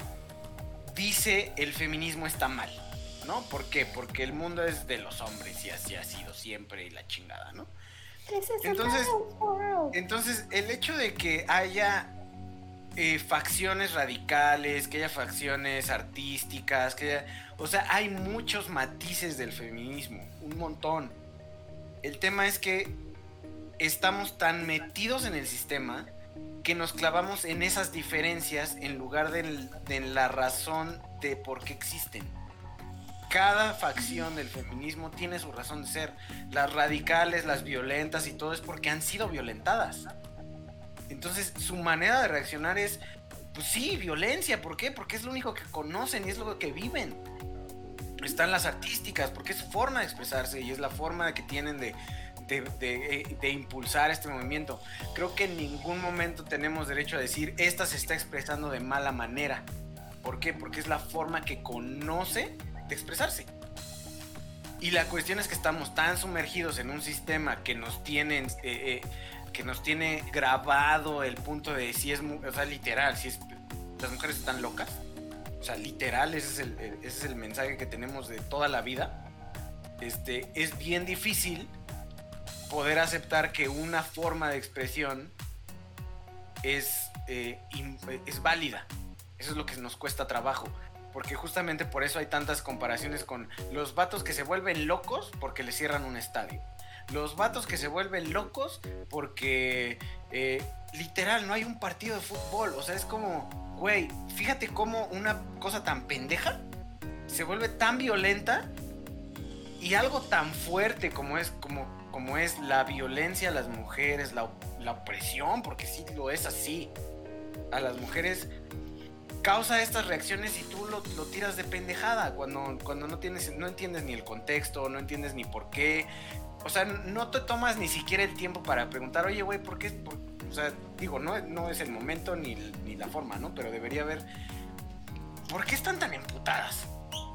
dice el feminismo está mal, ¿no? ¿Por qué? Porque el mundo es de los hombres y así ha sido siempre y la chingada, ¿no? Entonces, entonces el hecho de que haya eh, facciones radicales, que haya facciones artísticas, que haya, o sea, hay muchos matices del feminismo, un montón. El tema es que estamos tan metidos en el sistema que nos clavamos en esas diferencias en lugar de, de la razón de por qué existen. Cada facción del feminismo tiene su razón de ser. Las radicales, las violentas y todo es porque han sido violentadas. Entonces su manera de reaccionar es, pues sí, violencia. ¿Por qué? Porque es lo único que conocen y es lo que viven. Están las artísticas, porque es su forma de expresarse y es la forma que tienen de, de, de, de impulsar este movimiento. Creo que en ningún momento tenemos derecho a decir, esta se está expresando de mala manera. ¿Por qué? Porque es la forma que conoce de expresarse. Y la cuestión es que estamos tan sumergidos en un sistema que nos tienen eh, eh, que nos tiene grabado el punto de si es, o sea, literal, si es, las mujeres están locas, o sea, literal, ese es el, ese es el mensaje que tenemos de toda la vida. Este, es bien difícil poder aceptar que una forma de expresión es, eh, es válida. Eso es lo que nos cuesta trabajo. Porque justamente por eso hay tantas comparaciones con los vatos que se vuelven locos porque les cierran un estadio. Los vatos que se vuelven locos porque eh, literal no hay un partido de fútbol. O sea, es como, güey, fíjate cómo una cosa tan pendeja se vuelve tan violenta y algo tan fuerte como es, como, como es la violencia a las mujeres, la, la opresión, porque sí lo es así. A las mujeres causa estas reacciones y tú lo, lo tiras de pendejada cuando, cuando no tienes, no entiendes ni el contexto, no entiendes ni por qué. O sea, no te tomas ni siquiera el tiempo para preguntar, oye, güey, ¿por qué? Por, o sea, digo, no, no es el momento ni, ni la forma, ¿no? Pero debería haber, ¿por qué están tan emputadas?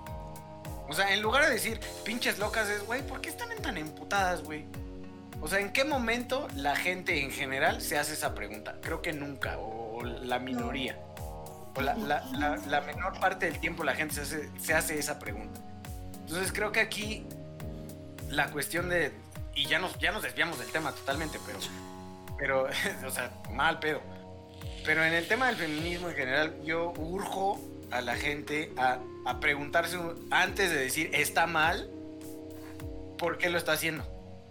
O sea, en lugar de decir, pinches locas, es, güey, ¿por qué están tan emputadas, güey? O sea, ¿en qué momento la gente en general se hace esa pregunta? Creo que nunca, o la minoría. O la, la, la, la menor parte del tiempo la gente se hace, se hace esa pregunta. Entonces creo que aquí la cuestión de, y ya nos, ya nos desviamos del tema totalmente, pero, pero, o sea, mal pedo. Pero en el tema del feminismo en general, yo urjo a la gente a, a preguntarse antes de decir está mal, ¿por qué lo está haciendo?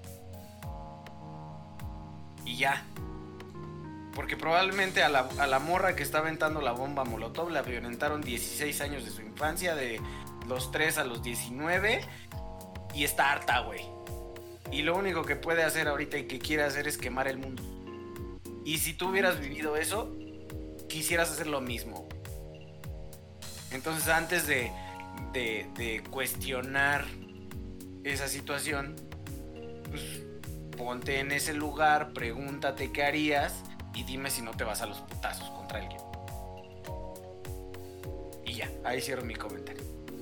Y ya. Porque probablemente a la, a la morra que está aventando la bomba molotov la violentaron dieciséis años de su infancia, de los tres a los diecinueve, y está harta, güey. Y lo único que puede hacer ahorita y que quiere hacer es quemar el mundo. Y si tú hubieras vivido eso, quisieras hacer lo mismo. Entonces antes de, de, de cuestionar esa situación, pues ponte en ese lugar, pregúntate qué harías y dime si no te vas a los putazos contra alguien. Y ya, ahí cierro mi comentario.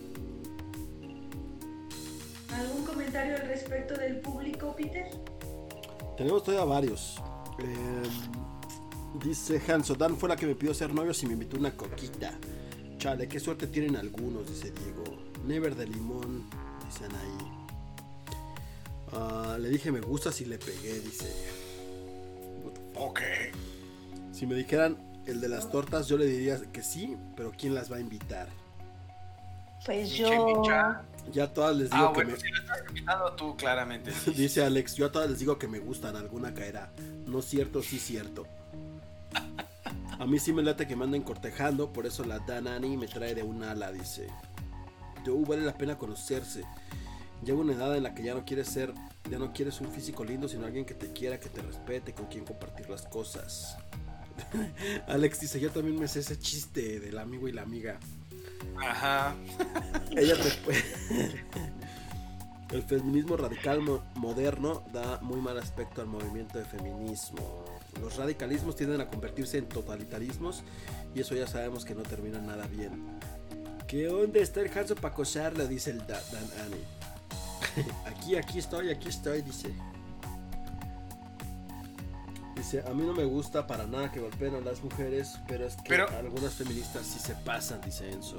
¿Algún comentario al respecto del público, Peter? Tenemos todavía varios. Eh, dice Hanso, Dan fue la que me pidió ser novio y me invitó una coquita. Chale, qué suerte tienen algunos, dice Diego. Never de limón, dice Anaí. Uh, le dije me gusta si le pegué, dice. Ok. Si me dijeran El de las tortas yo le diría que sí, pero ¿quién las va a invitar? Pues Pinche yo. micha. Ya a todas les digo Ah, que bueno, me... si lo estás invitando tú, claramente. Sí. Dice Alex, yo a todas les digo que me gustan, alguna caerá. No es cierto, sí cierto. A mí sí me late que me anden cortejando, por eso la Danani me trae de un ala, dice. Yo, vale la pena conocerse. Llega una edad en la que ya no quieres ser, ya no quieres un físico lindo, sino alguien que te quiera, que te respete, con quien compartir las cosas. Alex dice, yo también me sé ese chiste del amigo y la amiga. Ajá. Ella te puede... El feminismo radical mo moderno da muy mal aspecto al movimiento de feminismo. Los radicalismos tienden a convertirse en totalitarismos y eso ya sabemos que no termina nada bien. ¿Qué onda está el Hanso para acosarla? Dice el da Dan Annie. Aquí, aquí estoy, aquí estoy, dice. Dice, a mí no me gusta para nada que golpeen a las mujeres, pero es que pero... algunas feministas sí se pasan, dice Enzo.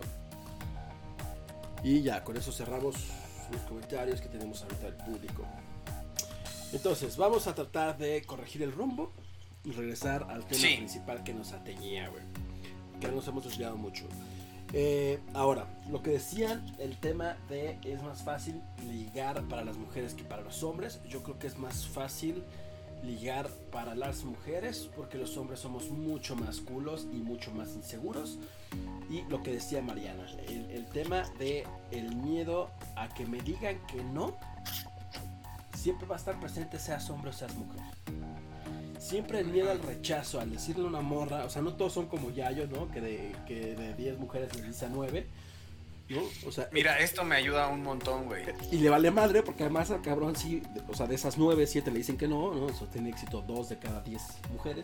Y ya, con eso cerramos los comentarios que tenemos ahorita del público. Entonces, vamos a tratar de corregir el rumbo y regresar al tema sí. principal que nos atañía, güey. Que nos hemos desviado mucho. Eh, ahora, lo que decían, el tema de es más fácil ligar para las mujeres que para los hombres. Yo creo que es más fácil ligar para las mujeres porque los hombres somos mucho más culos y mucho más inseguros. Y lo que decía Mariana, el, el tema de el miedo a que me digan que no siempre va a estar presente, seas hombre o seas mujer. Siempre el miedo al rechazo, al decirle a una morra, o sea, no todos son como Yayo, ¿no? Que de que de diez mujeres les dice a nueve, ¿no? O sea, mira, esto me ayuda un montón, güey. Y le vale madre porque además al cabrón sí, o sea, de esas nueve, siete le dicen que no, ¿no? Eso tiene éxito dos de cada diez mujeres.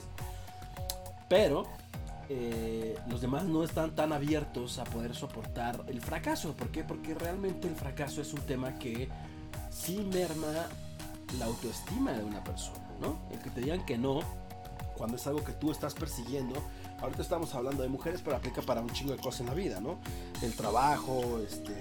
Pero eh, los demás no están tan abiertos a poder soportar el fracaso. ¿Por qué? Porque realmente el fracaso es un tema que sí merma la autoestima de una persona, ¿no? El que te digan que no cuando es algo que tú estás persiguiendo. Ahorita estamos hablando de mujeres, pero aplica para un chingo de cosas en la vida, ¿no? El trabajo, este,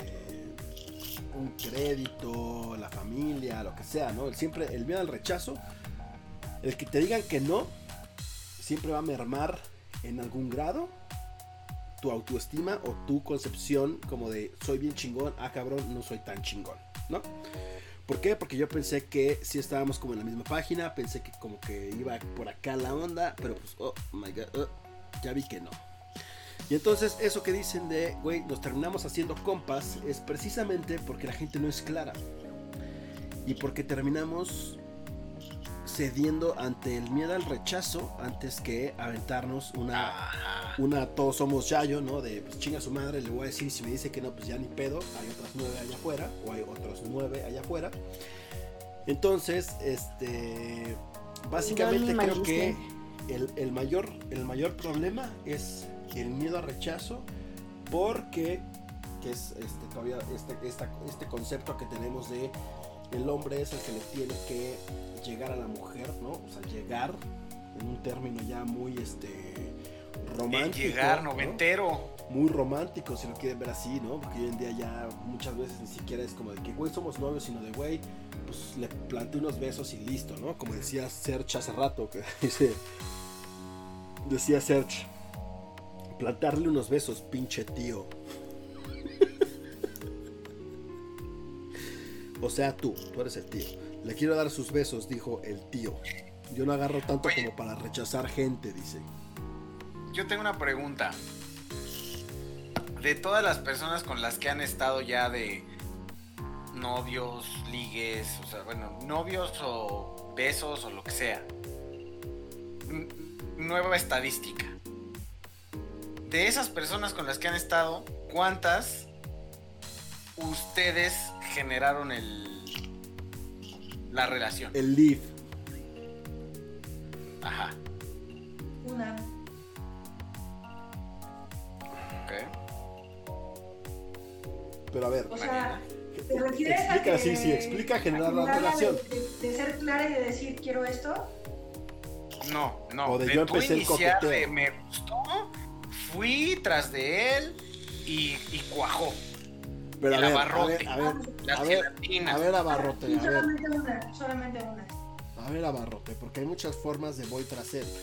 un crédito, la familia, lo que sea, ¿no? El, siempre, el miedo al rechazo, el que te digan que no, siempre va a mermar en algún grado tu autoestima o tu concepción como de soy bien chingón, ah cabrón, no soy tan chingón, ¿no? ¿Por qué? Porque yo pensé que sí estábamos como en la misma página, pensé que como que iba por acá la onda, pero pues, oh my god, oh, ya vi que no. Y entonces eso que dicen de, güey, nos terminamos haciendo compas, es precisamente porque la gente no es clara. Y porque terminamos cediendo ante el miedo al rechazo antes que aventarnos una, una todos somos Yayo, ¿no? De pues chinga su madre, le voy a decir, si me dice que no, pues ya ni pedo, hay otras nueve allá afuera, o hay otros nueve allá afuera. Entonces, este, básicamente creo que el, el, mayor, el mayor problema es el miedo al rechazo, porque, que es este, todavía este, esta, este concepto que tenemos de el hombre es el que le tiene que llegar a la mujer, ¿no? O sea, llegar en un término ya muy este romántico. Llegar, noventero. ¿no? Muy romántico, si lo quieren ver así, ¿no? Porque hoy en día ya muchas veces ni siquiera es como de que, güey, somos novios, sino de, güey, pues le planté unos besos y listo, ¿no? Como decía Serge hace rato, que dice, decía Serge, plantarle unos besos, pinche tío. O sea, tú, tú eres el tío. Le quiero dar sus besos, dijo el tío. Yo no agarro tanto Oye, como para rechazar gente, dice. Yo tengo una pregunta. De todas las personas con las que han estado ya de novios, ligues, o sea, bueno, novios o besos o lo que sea. N- nueva estadística. De esas personas con las que han estado, ¿cuántas ustedes generaron el la relación? El live. Ajá. Una. Ok. Pero a ver. O sea, ¿te refieres explica, a que, sí, sí, explica generar la relación. De, de, de ser clara y de decir quiero esto? No, no. O de, de yo empecé el coqueteo. De, me gustó, fui tras de él y, y cuajó. Pero a el ver, abarrote, a ver, a ver, a ver, a ver, abarrote, Sí, a ver. solamente una, solamente una. A ver, abarrote, porque hay muchas formas de voy tras él.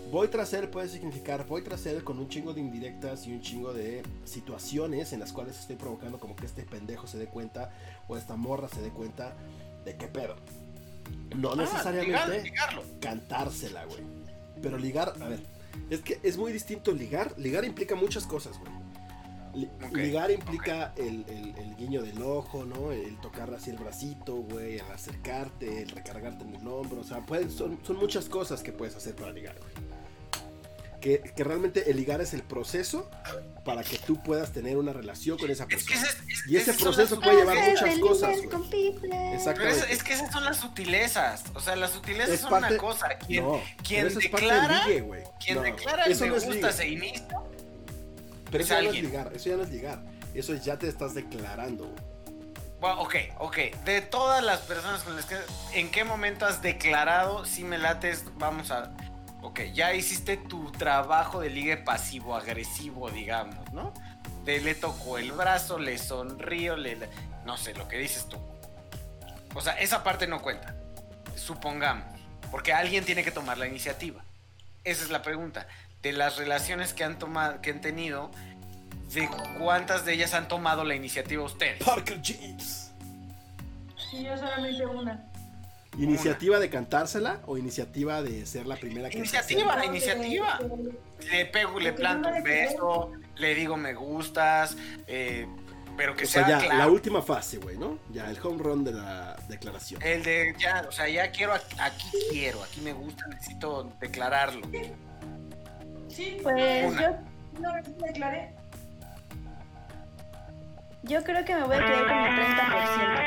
voy tras él puede significar voy tras él con un chingo de indirectas y un chingo de situaciones en las cuales estoy provocando como que este pendejo se dé cuenta o esta morra se dé cuenta de qué pedo. No Ah, necesariamente ligar- ligarlo. cantársela, güey. Pero ligar, a ver, es que es muy distinto ligar. Ligar implica muchas cosas, güey. Li- Ok, ligar implica el, el- el guiño del ojo, ¿no? El tocar así el bracito, güey, el acercarte, el recargarte en el hombro. O sea, pueden, son, son muchas cosas que puedes hacer para ligar, güey. Que, que realmente el ligar es el proceso para que tú puedas tener una relación con esa Es que persona. ese, es- Y ese esas son proceso las- puede llevar Clases muchas de cosas, ligas güey. con people. Pero Exactamente. es, es que esas son las sutilezas. O sea, las sutilezas Es son parte- una cosa. Quien, No, quien pero eso es parte declara, del ligue, güey. quien No, declara eso me no es gusta ligue. se inicia. Pero es eso ya no es alguien. ligar, eso ya no es ligar. Eso ya te estás declarando, güey. Bueno, ok, ok. De todas las personas con las que... ¿En qué momento has declarado si me lates? Vamos a... Ok, ya hiciste tu trabajo de ligue pasivo-agresivo, digamos, ¿no? De le toco el brazo, le sonrío, le... No sé, lo que dices tú. O sea, esa parte no cuenta. Supongamos. Porque alguien tiene que tomar la iniciativa. Esa es la pregunta. De las relaciones que han tomado, que han tenido, ¿de cuántas de ellas han tomado la iniciativa ustedes? Parker Jeeves. Y yo solamente una. ¿Iniciativa de cantársela o iniciativa de ser la primera que Iniciativa. se La iniciativa. Le pego, le Porque planto no me un beso, le digo me gustas, eh, pero que O sea, sea ya, claro. la última fase, güey, ¿no? Ya, el home run de la declaración. El de ya, o sea, ya quiero, aquí, aquí quiero, aquí me gusta, necesito declararlo. Sí, Pues Una. yo, no me declaré. yo creo que me voy a quedar con mi treinta por ciento.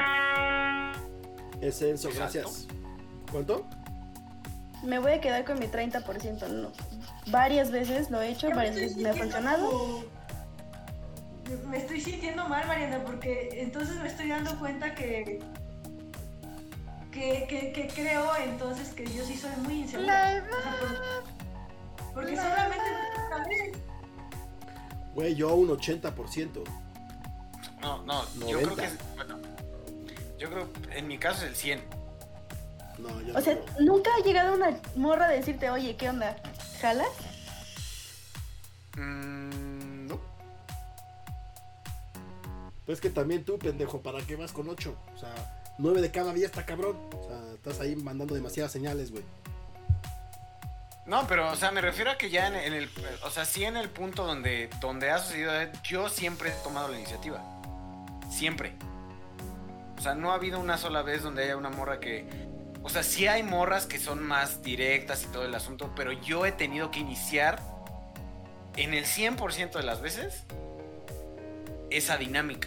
Esenso, Exacto. gracias. ¿Cuánto? Me voy a quedar con mi treinta por ciento. No. Varias veces lo he hecho, Yo varias estoy veces me ha sintiendo funcionado. como- Me estoy sintiendo mal, Mariana, porque entonces me estoy dando cuenta que que, que, que creo entonces que yo sí soy muy insegura. O sea, por- porque solamente una vez. Güey, yo un ochenta por ciento. No, no, yo noventa. creo que es, bueno, yo creo, en mi caso es el cien. No, yo O sea, no. nunca ha llegado una morra a decirte, oye, ¿qué onda? ¿Jalas? Mm, no. Pues que también tú, pendejo, ¿para qué vas con ocho? O sea, nueve de cada diez está cabrón. O sea, estás ahí mandando demasiadas señales, güey. No, pero, o sea, me refiero a que ya en, en el, o sea, sí en el punto donde, donde ha sucedido, yo siempre he tomado la iniciativa. Siempre. O sea, no ha habido una sola vez donde haya una morra que, o sea, sí hay morras que son más directas y todo el asunto, pero yo he tenido que iniciar en el cien por ciento de las veces esa dinámica.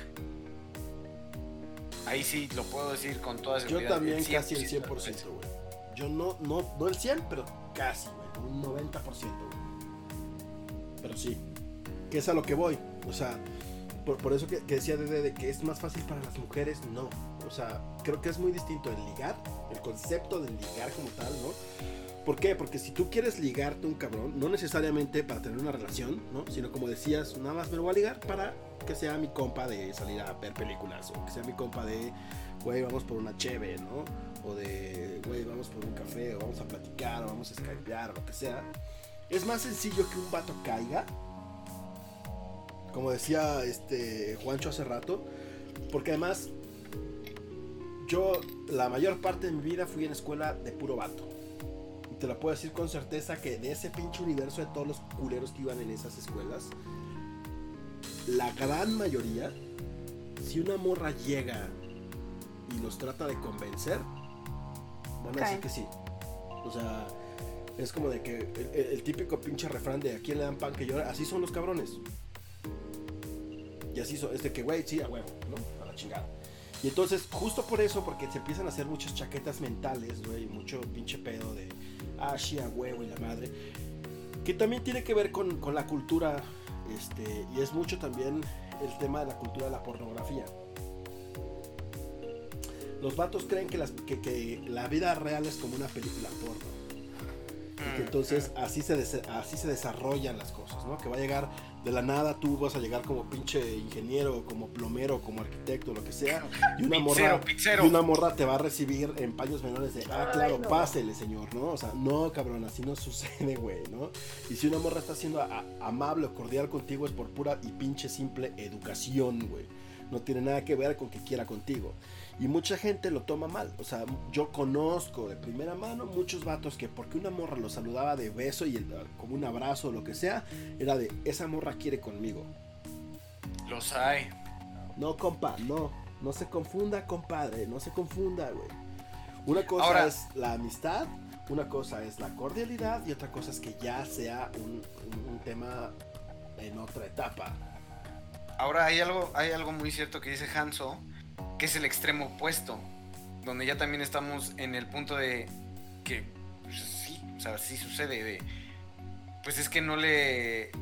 Ahí sí lo puedo decir con toda Yo seguridad. también casi el de cien las por veces. ciento, güey. Yo no, no, no el cien, pero casi, güey. Un noventa por ciento, güey. Pero sí. Que es a lo que voy. O sea, por, por eso que, que decía Dede de que es más fácil para las mujeres, no. O sea, creo que es muy distinto el ligar, el concepto del ligar como tal, ¿no? ¿Por qué? Porque si tú quieres ligarte a un cabrón, no necesariamente para tener una relación, ¿no? Sino como decías, nada más me lo voy a ligar para que sea mi compa de salir a ver películas, o que sea mi compa de, güey, vamos por una cheve, ¿no? O de, güey, vamos por un café, o vamos a platicar, o vamos a skypear, o lo que sea. Es más sencillo que un vato caiga, como decía este Juancho hace rato, porque además yo la mayor parte de mi vida fui en escuela de puro vato. Y te lo puedo decir con certeza que de ese pinche universo de todos los culeros que iban en esas escuelas, la gran mayoría, si una morra llega y los trata de convencer, van a decir Ok. que sí. O sea, es como de que el, el- el típico pinche refrán de a quién le dan pan que llora, así son los cabrones. Y así son, es de que güey, sí, a huevo, ¿no? A la chingada. Y entonces, justo por eso, porque se empiezan a hacer muchas chaquetas mentales, güey, mucho pinche pedo de, ah, sí, a huevo y la madre, que también tiene que ver con, con la cultura, este, y es mucho también el tema de la cultura de la pornografía. Los vatos creen que, las, que, que la vida real es como una película porno. Y que entonces así se, des- así se desarrollan las cosas, ¿no? Que va a llegar de la nada tú vas a llegar como pinche ingeniero, como plomero, como arquitecto, lo que sea, y una Pizzero, morra, pizzero. y una morra te va a recibir en paños menores de, ah, claro, Ay, no. pásele, señor, ¿no? O sea, no, cabrón, así no sucede, güey, ¿no? Y si una morra está siendo a- amable o cordial contigo es por pura y pinche simple educación, güey. No tiene nada que ver con que quiera contigo. Y mucha gente lo toma mal. O sea, yo conozco de primera mano muchos vatos que porque una morra lo saludaba de beso y el- como un abrazo o lo que sea, era de, esa morra quiere conmigo. Los hay. No, compa, no. No se confunda, compadre. No se confunda, güey. Una cosa Ahora- es la amistad, una cosa es la cordialidad y otra cosa es que ya sea un, un- un tema en otra etapa. Ahora hay algo, hay algo muy cierto que dice Hanso, que es el extremo opuesto, donde ya también estamos en el punto de que pues, sí, o sea, sí sucede de, pues es que no le eh,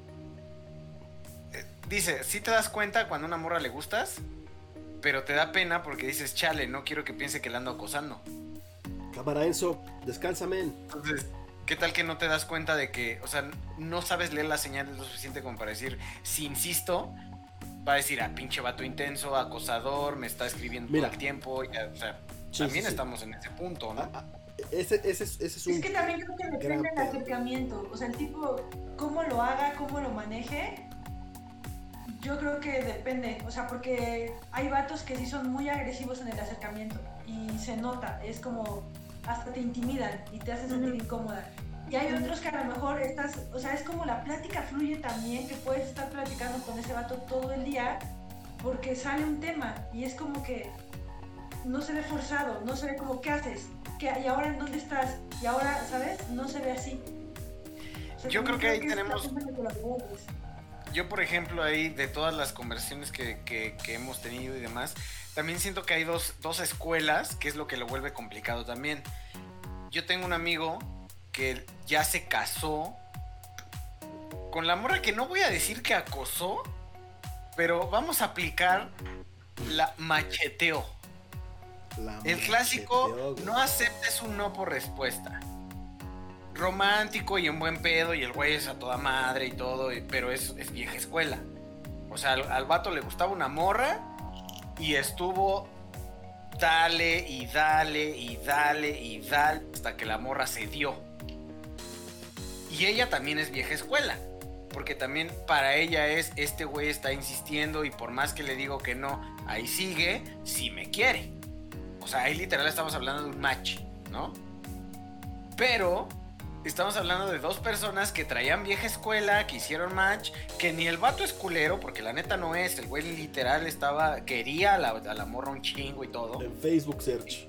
dice, sí te das cuenta cuando a una morra le gustas, pero te da pena porque dices, chale, no quiero que piense que la ando acosando. Cámara Enzo, descansa, men. Entonces, ¿qué tal que no te das cuenta de que, o sea, no sabes leer las señales lo suficiente como para decir, si insisto, va a decir, ah, pinche vato intenso, acosador, me está escribiendo Mira. todo el tiempo, ya, o sea, Sí, también sí, sí. estamos en ese punto, ¿no? Ah, ah, ese, ese, es- ese es un... Es que también creo que depende gran del pedo. acercamiento. O sea, el tipo, cómo lo haga, cómo lo maneje. Yo creo que depende. O sea, porque hay vatos que sí son muy agresivos en el acercamiento. Y se nota. Es como, hasta te intimidan y te hacen sentir incómoda. Y hay otros que a lo mejor estás, o sea, es como la plática fluye también, que puedes estar platicando con ese vato todo el día porque sale un tema y es como que no se ve forzado, no se ve como, ¿qué haces? ¿Qué, ¿Y ahora en dónde estás? Y ahora, ¿sabes? No se ve así. O sea, Yo creo que ahí es tenemos- la forma en la que lo abordes. Yo, por ejemplo, ahí de todas las conversaciones que, que- que hemos tenido y demás, también siento que hay dos, dos escuelas, que es lo que lo vuelve complicado también. Yo tengo un amigo que ya se casó con la morra que no voy a decir que acosó, pero vamos a aplicar la macheteo. La El clásico, macheteo, güey. no aceptes un no por respuesta. Romántico y en buen pedo, y el güey es a toda madre y todo, y- pero es, es vieja escuela. O sea, al, al vato le gustaba una morra y estuvo dale y dale y dale y dale hasta que la morra se dio. Y ella también es vieja escuela, porque también para ella es, este güey está insistiendo y por más que le digo que no, ahí sigue, si me quiere. O sea, ahí literal estamos hablando de un match, ¿no? Pero estamos hablando de dos personas que traían vieja escuela, que hicieron match, que ni el vato es culero, porque la neta no es, el güey literal estaba, quería a la, a la morra un chingo y todo. En Facebook Search.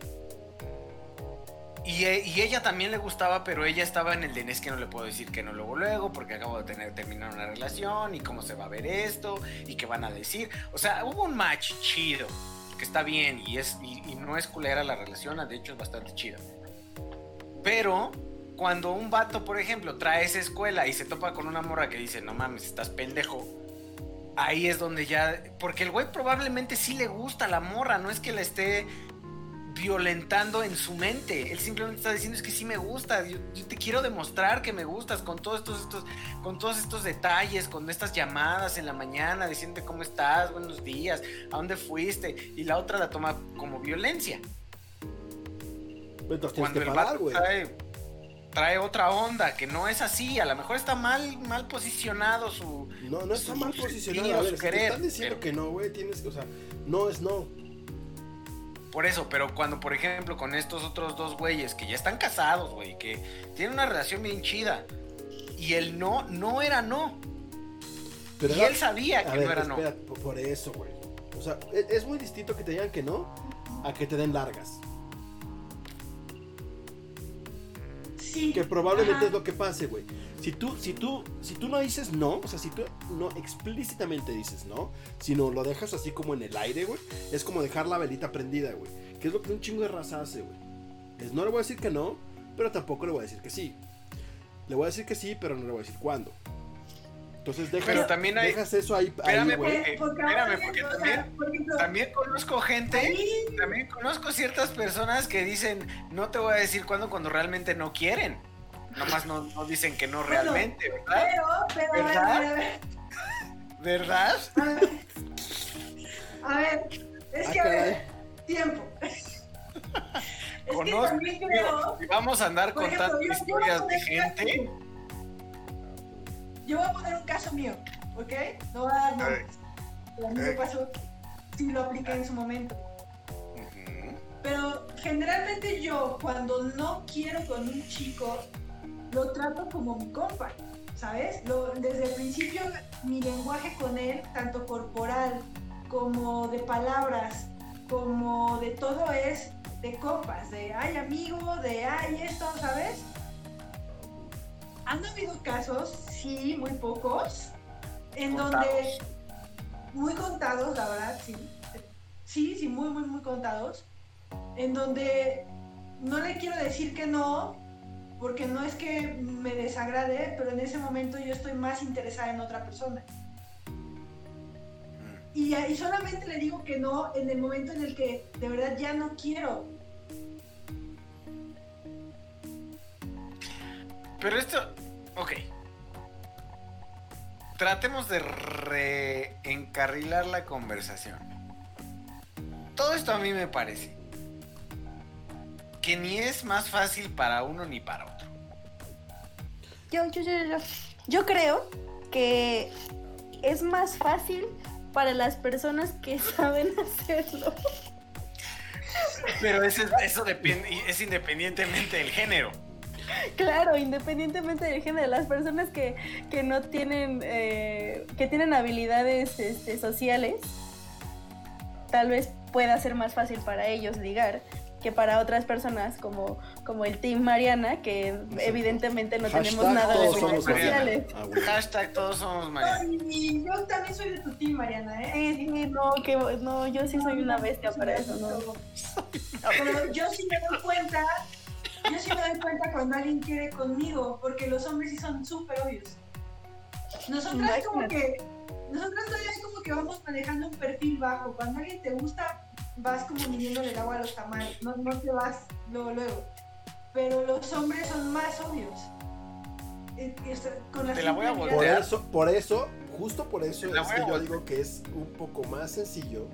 Y, e- y ella también le gustaba, pero ella estaba en el de es que no le puedo decir que no luego luego, porque acabo de tener terminar una relación y cómo se va a ver esto y qué van a decir. O sea, hubo un match chido, que está bien y, es, y, y no es culera la relación, de hecho es bastante chida. Pero cuando un vato, por ejemplo, trae esa escuela y se topa con una morra que dice, no mames, estás pendejo, ahí es donde ya... Porque el güey probablemente sí le gusta a la morra, no es que la esté violentando en su mente. Él simplemente está diciendo, es que sí me gusta, yo, yo te quiero demostrar que me gustas con todos estos, estos, con todos estos detalles, con estas llamadas en la mañana, diciendo cómo estás, buenos días, a dónde fuiste, y la otra la toma como violencia. Entonces tienes Cuando que el parar, vato güey. trae, trae otra onda, que no es así, a lo mejor está mal, mal posicionado su... No, no está su- mal su posicionado. sentido, A ver, su si te querer, están diciendo pero- que no, güey, tienes, o sea, no es no. Por eso, pero cuando, por ejemplo, con estos otros dos güeyes que ya están casados, güey, que tienen una relación bien chida, y el no, no era no. Pero y era- él sabía a que ver, no era no. espera, por, por eso, güey. O sea, es, es muy distinto que te digan que no a que te den largas. Sí. Que probablemente Ajá. es lo que pase, güey. Si tú, si tú, si tú no dices no, o sea, si tú no explícitamente dices no, sino lo dejas así como en el aire, güey, es como dejar la velita prendida, güey. Que es lo que un chingo de raza hace, güey. Es, no le voy a decir que no, pero tampoco le voy a decir que sí. Le voy a decir que sí, pero no le voy a decir cuándo. Entonces dejas, Pero también hay- dejas eso ahí, ahí, Espérame, güey. porque- Porque espérame, ahora porque mismo, o también- sea, por ejemplo, También conozco gente, ahí- también conozco ciertas personas que dicen, no te voy a decir cuándo cuando realmente no quieren. Nomás no, no dicen que no Bueno, realmente, ¿verdad? Pero, pero, a ver, ¿Verdad? a ver, a ver. ¿Verdad? A ver, a ver es que Ah, a ver, caray. tiempo. Es que Conozco, también creo. y vamos a andar Por contando ejemplo, yo- yo voy a historias de poner un caso gente. mío. Yo voy a poner un caso mío, ¿ok? No voy a dar nombres. Pero a mí me Ok. pasó, sí lo apliqué en su momento. Ujú. Pero generalmente yo, cuando no quiero con un chico, lo trato como mi compa, ¿sabes? Lo- desde el principio, mi lenguaje con él, tanto corporal como de palabras, como de todo, es de compas, de ay amigo, de ay esto, ¿sabes? Han habido casos, sí, muy pocos, en Contados. donde, muy contados, la verdad, sí, sí, sí, muy, muy, muy contados, en donde no le quiero decir que no, porque no es que me desagrade, pero en ese momento yo estoy más interesada en otra persona. Y, y solamente le digo que no en el momento en el que de verdad ya no quiero. Pero esto, ok. Tratemos de reencarrilar la conversación. Todo esto a mí me parece que ni es más fácil para uno ni para otro. Yo, yo, yo, yo, yo creo que es más fácil para las personas que saben hacerlo. Pero eso, eso depende, es independientemente del género. Claro, independientemente del género, las personas que, que no tienen, eh, que tienen habilidades este, sociales, tal vez pueda ser más fácil para ellos ligar que para otras personas como, como el Team Mariana, que Exacto. evidentemente no Hashtag tenemos nada de todos redes somos Mariana. sociales. Ah, güey. Hashtag todos somos Mariana. Y yo también soy de tu team, Mariana, ¿eh? Sí, sí, no, que, no, yo sí soy una bestia para eso, ¿no? Pero yo sí me doy cuenta, yo sí me doy cuenta cuando alguien quiere conmigo, porque los hombres sí son súper obvios. Nosotras como que, nosotras todavía es como que vamos manejando un perfil bajo. Cuando alguien te gusta, vas como midiéndole el agua a los tamales, no, no te vas luego, luego. Pero los hombres son más obvios. Eh, eh, o sea, con la Te la voy a simple Por mirada- eso, por eso, justo por eso La es voy que a yo voltear. digo que es un poco más sencillo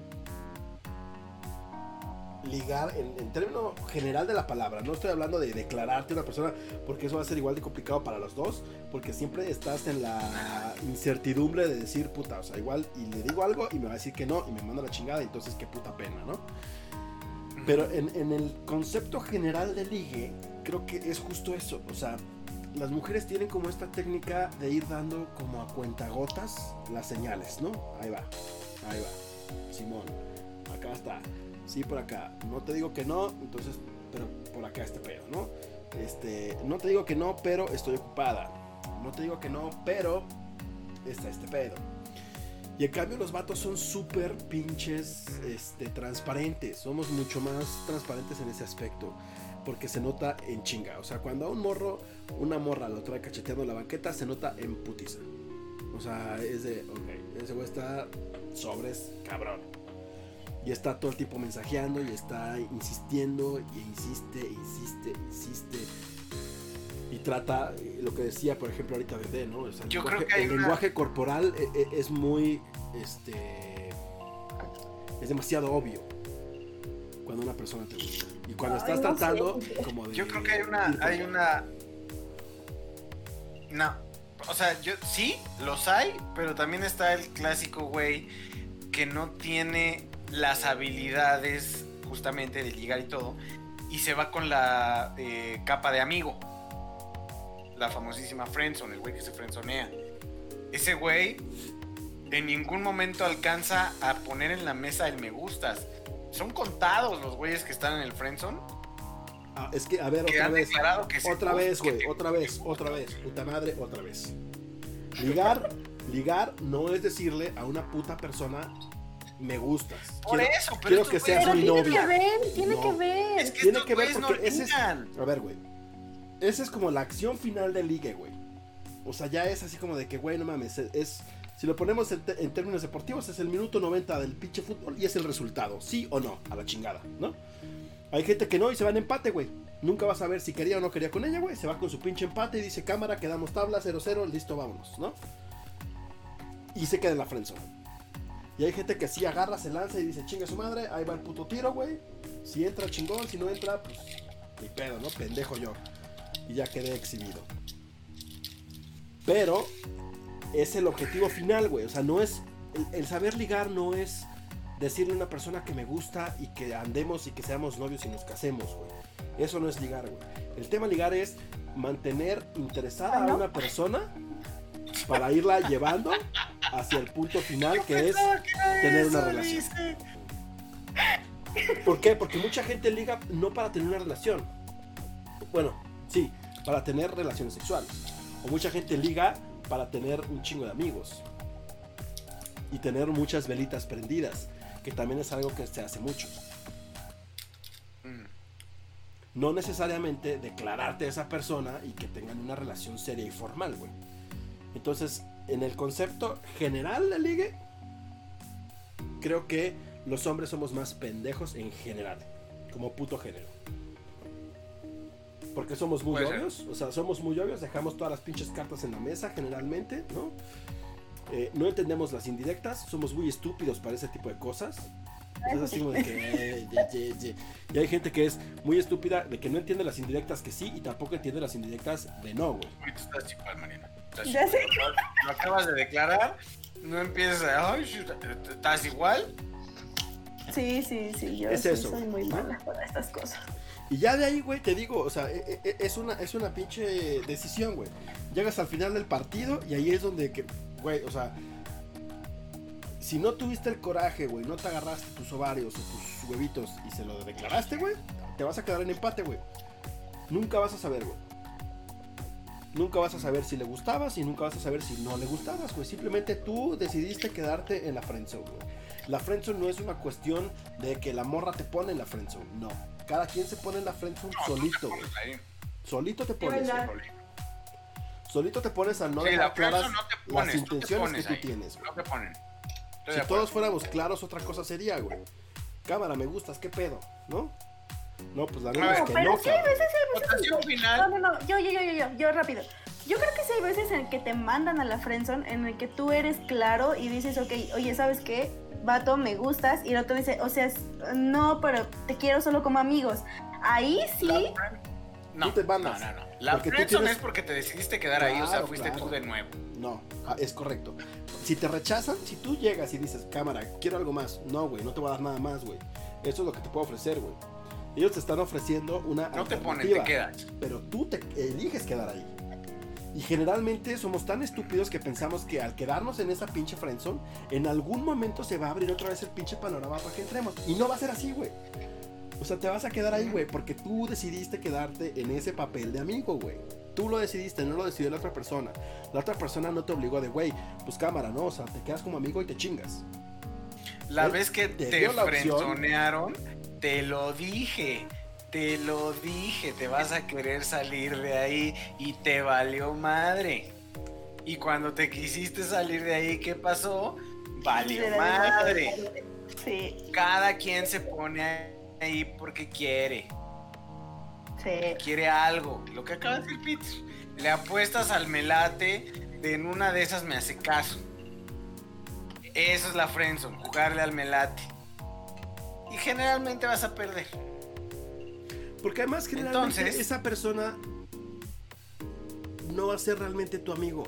ligar en, en término general de la palabra. No estoy hablando de declararte a una persona, porque eso va a ser igual de complicado para los dos, porque siempre estás en la incertidumbre de decir, puta, o sea, igual y le digo algo y me va a decir que no y me manda la chingada, entonces qué puta pena, ¿no? Pero en, en el concepto general de ligue, creo que es justo eso. O sea, las mujeres tienen como esta técnica de ir dando como a cuentagotas las señales, ¿no? Ahí va, ahí va. Simón, acá está. Sí, por acá. No te digo que no, entonces, pero por acá este pedo, ¿no? Este, no te digo que no, pero estoy ocupada. No te digo que no, pero está este pedo. Y en cambio los vatos son súper pinches este, transparentes. Somos mucho más transparentes en ese aspecto. Porque se nota en chinga. O sea, cuando a un morro, una morra lo trae cacheteando en la banqueta, se nota en putiza. O sea, es de, ok, ese güey está sobres, cabrón. Y está todo el tiempo mensajeando y está insistiendo y insiste, insiste, insiste. Y trata, eh, lo que decía, por ejemplo, ahorita Bebé, ¿no? O sea, el Yo lenguaje, creo que hay el una- lenguaje corporal eh, eh, es muy, este, es demasiado obvio cuando una persona te gusta. Y cuando Ay, estás no tratando sé. como de... Yo creo que hay una, ir por hay ahí. una. No. O sea, yo sí, los hay, pero también está el clásico güey que no tiene las habilidades justamente de ligar y todo, y se va con la eh, capa de amigo. La famosísima friendzone, el güey que se friendzonea. Ese güey en ningún momento alcanza a poner en la mesa el me gustas. Son contados los güeyes que están en el friendzone. Ah, es que, a ver, Que otra han vez. declarado que se Otra gustan, vez, que güey, te- otra vez, otra vez. Puta madre, otra vez. Ligar, ligar no es decirle a una puta persona me gustas. Por Quiero- eso, pero quiero estos que seas Pero mi tiene novia. que ver, tiene No. que ver. Es que Tiene estos que ver güeyes porque no ese es... ligan. A ver, güey. Esa es como la acción final del ligue, güey. O sea, ya es así como de que, güey, no mames, es... es- si lo ponemos en, te- en términos deportivos, es el minuto noventa del pinche fútbol y es el resultado, sí o no, a la chingada, ¿no? Hay gente que no y se va en empate, güey. Nunca vas a ver si quería o no quería con ella, güey. Se va con su pinche empate y dice, cámara, quedamos tabla, cero cero, listo, vámonos, ¿no? y se queda en la friendzone. Y hay gente que sí agarra, se lanza y dice, chinga su madre, ahí va el puto tiro, güey. Si entra, chingón, si no entra, pues ni pedo, ¿no? Pendejo yo. Y ya quedé exhibido. Pero es el objetivo final, güey. O sea, no es... El, el saber ligar no es decirle a una persona que me gusta y que andemos y que seamos novios y nos casemos, güey. Eso no es ligar, güey. El tema ligar es mantener interesada a una persona para irla llevando hacia el punto final, que es tener una relación. ¿Por qué? Porque mucha gente liga no para tener una relación. Bueno, sí, para tener relaciones sexuales. O mucha gente liga para tener un chingo de amigos. Y tener muchas velitas prendidas, que también es algo que se hace mucho. No necesariamente declararte a esa persona y que tengan una relación seria y formal, güey. Entonces, en el concepto general del ligue, creo que los hombres somos más pendejos en general, como puto género. Porque somos muy obvios, o sea, somos muy obvios, dejamos todas las pinches cartas en la mesa generalmente, ¿no? Eh, no entendemos las indirectas, somos muy estúpidos para ese tipo de cosas. Es así como de que, eh, ye, ye, ye. Y hay gente que es muy estúpida de que no entiende las indirectas que sí y tampoco entiende las indirectas de no, güey. Uy, tú estás igual, Mariana. Ya sé. Lo, lo acabas de declarar, no empieces a... Ay, ¿estás igual? Sí, sí, sí, yo es sí eso, soy muy ¿no? mala para estas cosas. Y ya de ahí, güey, te digo, o sea, es una, es una pinche decisión, güey. Llegas al final del partido y ahí es donde, que, güey, o sea, si no tuviste el coraje, güey, no te agarraste tus ovarios o tus huevitos y se lo declaraste, güey, te vas a quedar en empate, güey. Nunca vas a saber, güey. Nunca vas a saber si le gustabas y nunca vas a saber si no le gustabas, güey. Simplemente tú decidiste quedarte en la friendzone, güey. La friendzone no es una cuestión de que la morra te pone en la friendzone, no. Cada quien se pone en la friendzone No, solito, güey. Solito te pones. verdad. Solito te pones a no Sí, dejar la claras friendzone no te pones, las tú te intenciones pones que ahí. tú tienes, güey. No te ponen. Estoy Si de todos acuerdo. fuéramos claros, otra cosa sería, güey. Cámara, me gustas, ¿qué pedo? ¿No? No, pues la verdad A es ver, que pero no, sí hay cabrón. veces, hay veces Votación en que- final. No, no, no, yo, yo, yo, yo, yo, yo rápido. Yo creo que sí hay veces en que te mandan a la friendzone, en el que tú eres claro y dices, ok, oye, ¿sabes qué? Vato, me gustas, y el otro dice, o sea, es- no, pero te quiero solo como amigos. Ahí sí, La friend- No, Tú te mandas. no, no, no. La Porque tú friendzone tienes- es porque te decidiste quedar ahí, o sea, Claro, fuiste claro. tú de nuevo. No, ah, es correcto. Si te rechazan, si tú llegas y dices, cámara, quiero algo más. No, güey, no te voy a dar nada más, güey. Eso es lo que te puedo ofrecer, güey. Ellos te están ofreciendo una No te ponen, alternativa, te quedas. pero tú te eliges quedar ahí. Y generalmente somos tan estúpidos que pensamos que al quedarnos en esa pinche friendzone, en algún momento se va a abrir otra vez el pinche panorama para que entremos. Y no va a ser así, güey. O sea, te vas a quedar ahí, güey, porque tú decidiste quedarte en ese papel de amigo, güey. Tú lo decidiste, no lo decidió la otra persona. La otra persona no te obligó de, güey, pues cámara, ¿no? O sea, te quedas como amigo y te chingas. La Él vez que te te dio la opción. frenzonearon, te lo dije. Te lo dije, te vas a querer salir de ahí y te valió madre. Y cuando te quisiste salir de ahí, ¿qué pasó? Valió madre. sí, Cada quien se pone ahí porque quiere. sí. Quiere algo. Lo que acaba de decir Peter. Le apuestas al melate de en una de esas me hace caso. Eso es la friendzone, jugarle al melate. Y generalmente vas a perder. Porque además generalmente Entonces- esa persona no va a ser realmente tu amigo.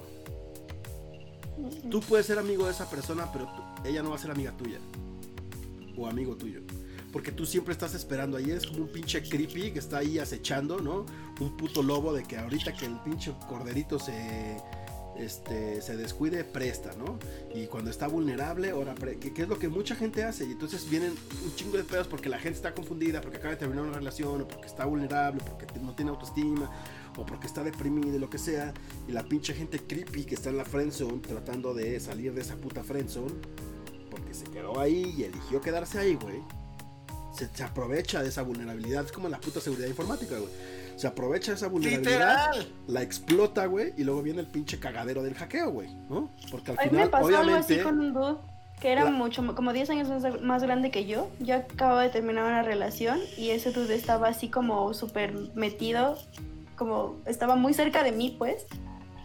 Tú puedes ser amigo de esa persona, pero tú- ella no va a ser amiga tuya. O amigo tuyo. Porque tú siempre estás esperando ahí, es como un pinche creepy que está ahí acechando, ¿no? Un puto lobo de que ahorita que el pinche corderito se... Este, se descuide, presta, ¿no? Y cuando está vulnerable, ahora, pre- que, que es lo que mucha gente hace. Y entonces vienen un chingo de pedos porque la gente está confundida, porque acaba de terminar una relación, o porque está vulnerable, porque te- no tiene autoestima, o porque está deprimida, lo que sea. Y la pinche gente creepy que está en la friendzone, tratando de salir de esa puta friendzone, porque se quedó ahí y eligió quedarse ahí, güey. Se, se aprovecha de esa vulnerabilidad. Es como la puta seguridad informática, güey. Se aprovecha de esa vulnerabilidad, Literal. la explota, güey, y luego viene el pinche cagadero del hackeo, güey, ¿no? Porque al A mí final, me pasó algo obviamente, así con un dude que era la- mucho, como diez años más, más grande que yo. Yo acababa de terminar una relación y ese dude estaba así como súper metido, como estaba muy cerca de mí, pues. Y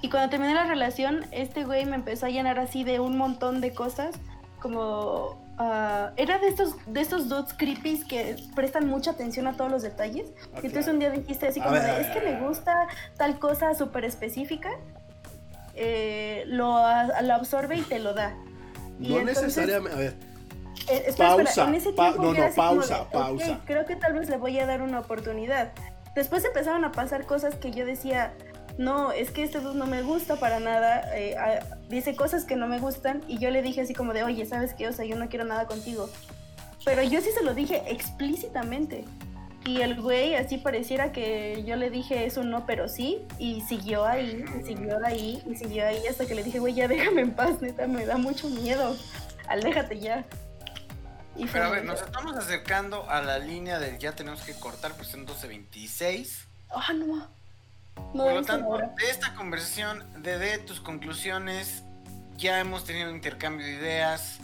Y cuando terminé la relación, este güey me empezó a llenar así de un montón de cosas, como... Uh, era de estos de estos dudes creepies que prestan mucha atención a todos los detalles. Okay. Y entonces un día dijiste así A como ver, de, a ver, es que a ver. me gusta tal cosa súper específica, eh, lo, lo absorbe y te lo da. Y No entonces, necesariamente, a ver, eh, espera, pausa, espera, en ese pa- tiempo no, yo era no, así como pausa, de, ok, pausa. creo que tal vez le voy a dar una oportunidad. Después empezaron a pasar cosas que yo decía, no, es que este dude no me gusta para nada, eh, a, dice cosas que no me gustan, y yo le dije así como de, oye, ¿sabes qué? O sea, yo no quiero nada contigo. Pero yo sí se lo dije explícitamente. Y el güey así pareciera que yo le dije eso no, pero sí, y siguió ahí, y siguió ahí, y siguió ahí, hasta que le dije, güey, ya déjame en paz, neta, me da mucho miedo, aléjate ya. Y Pero a ver, fue- nos estamos acercando a la línea del ya tenemos que cortar, pues son doce veintiséis. Ah, no. No, Por lo eso tanto, no. de esta conversación, de, de tus conclusiones, ya hemos tenido un intercambio de ideas.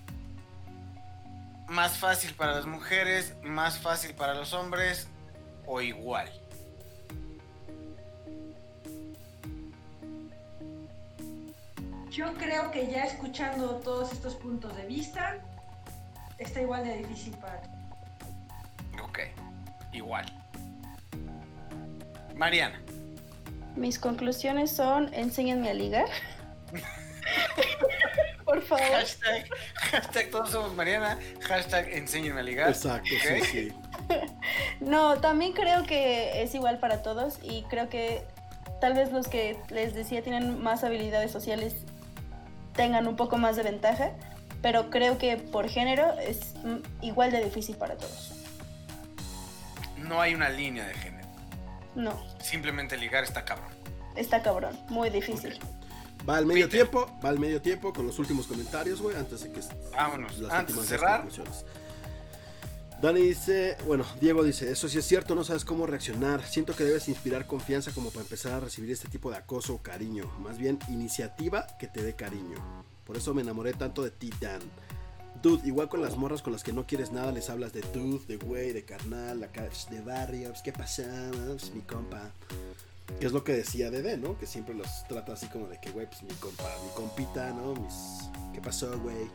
Más fácil para las mujeres, más fácil para los hombres, o igual. Yo creo que ya escuchando todos estos puntos de vista, está igual de difícil para ti. Ok, igual. Mariana. Mis conclusiones son, enséñenme a ligar. Por favor. Hashtag, hashtag todos somos Mariana. Hashtag enséñenme a ligar. exacto, ¿Ok? sí, sí. No, también creo que es igual para todos y creo que tal vez los que les decía tienen más habilidades sociales tengan un poco más de ventaja, pero creo que por género es mm, igual de difícil para todos. No hay una línea de género. No, Simplemente ligar está cabrón. está cabrón, muy difícil. Va al medio Peter. tiempo, va al medio tiempo con los últimos comentarios, güey, antes de que Vámonos. las Antes de últimas dos cerrar. conclusiones. Dani dice, bueno, Diego dice, eso sí es cierto, no sabes cómo reaccionar. Siento que debes inspirar confianza como para empezar a recibir este tipo de acoso o cariño. Más bien, iniciativa que te dé cariño. Por eso me enamoré tanto de ti, Dan. Dude, igual con las morras con las que no quieres nada, les hablas de dude, de güey, de carnal, acá, de barrio, pues, ¿qué pasa? Pues, mi compa. Que es lo que decía Dede, ¿no? Que siempre los trata así como de que, güey, pues mi compa, mi compita, ¿no? Mis... ¿Qué pasó, güey?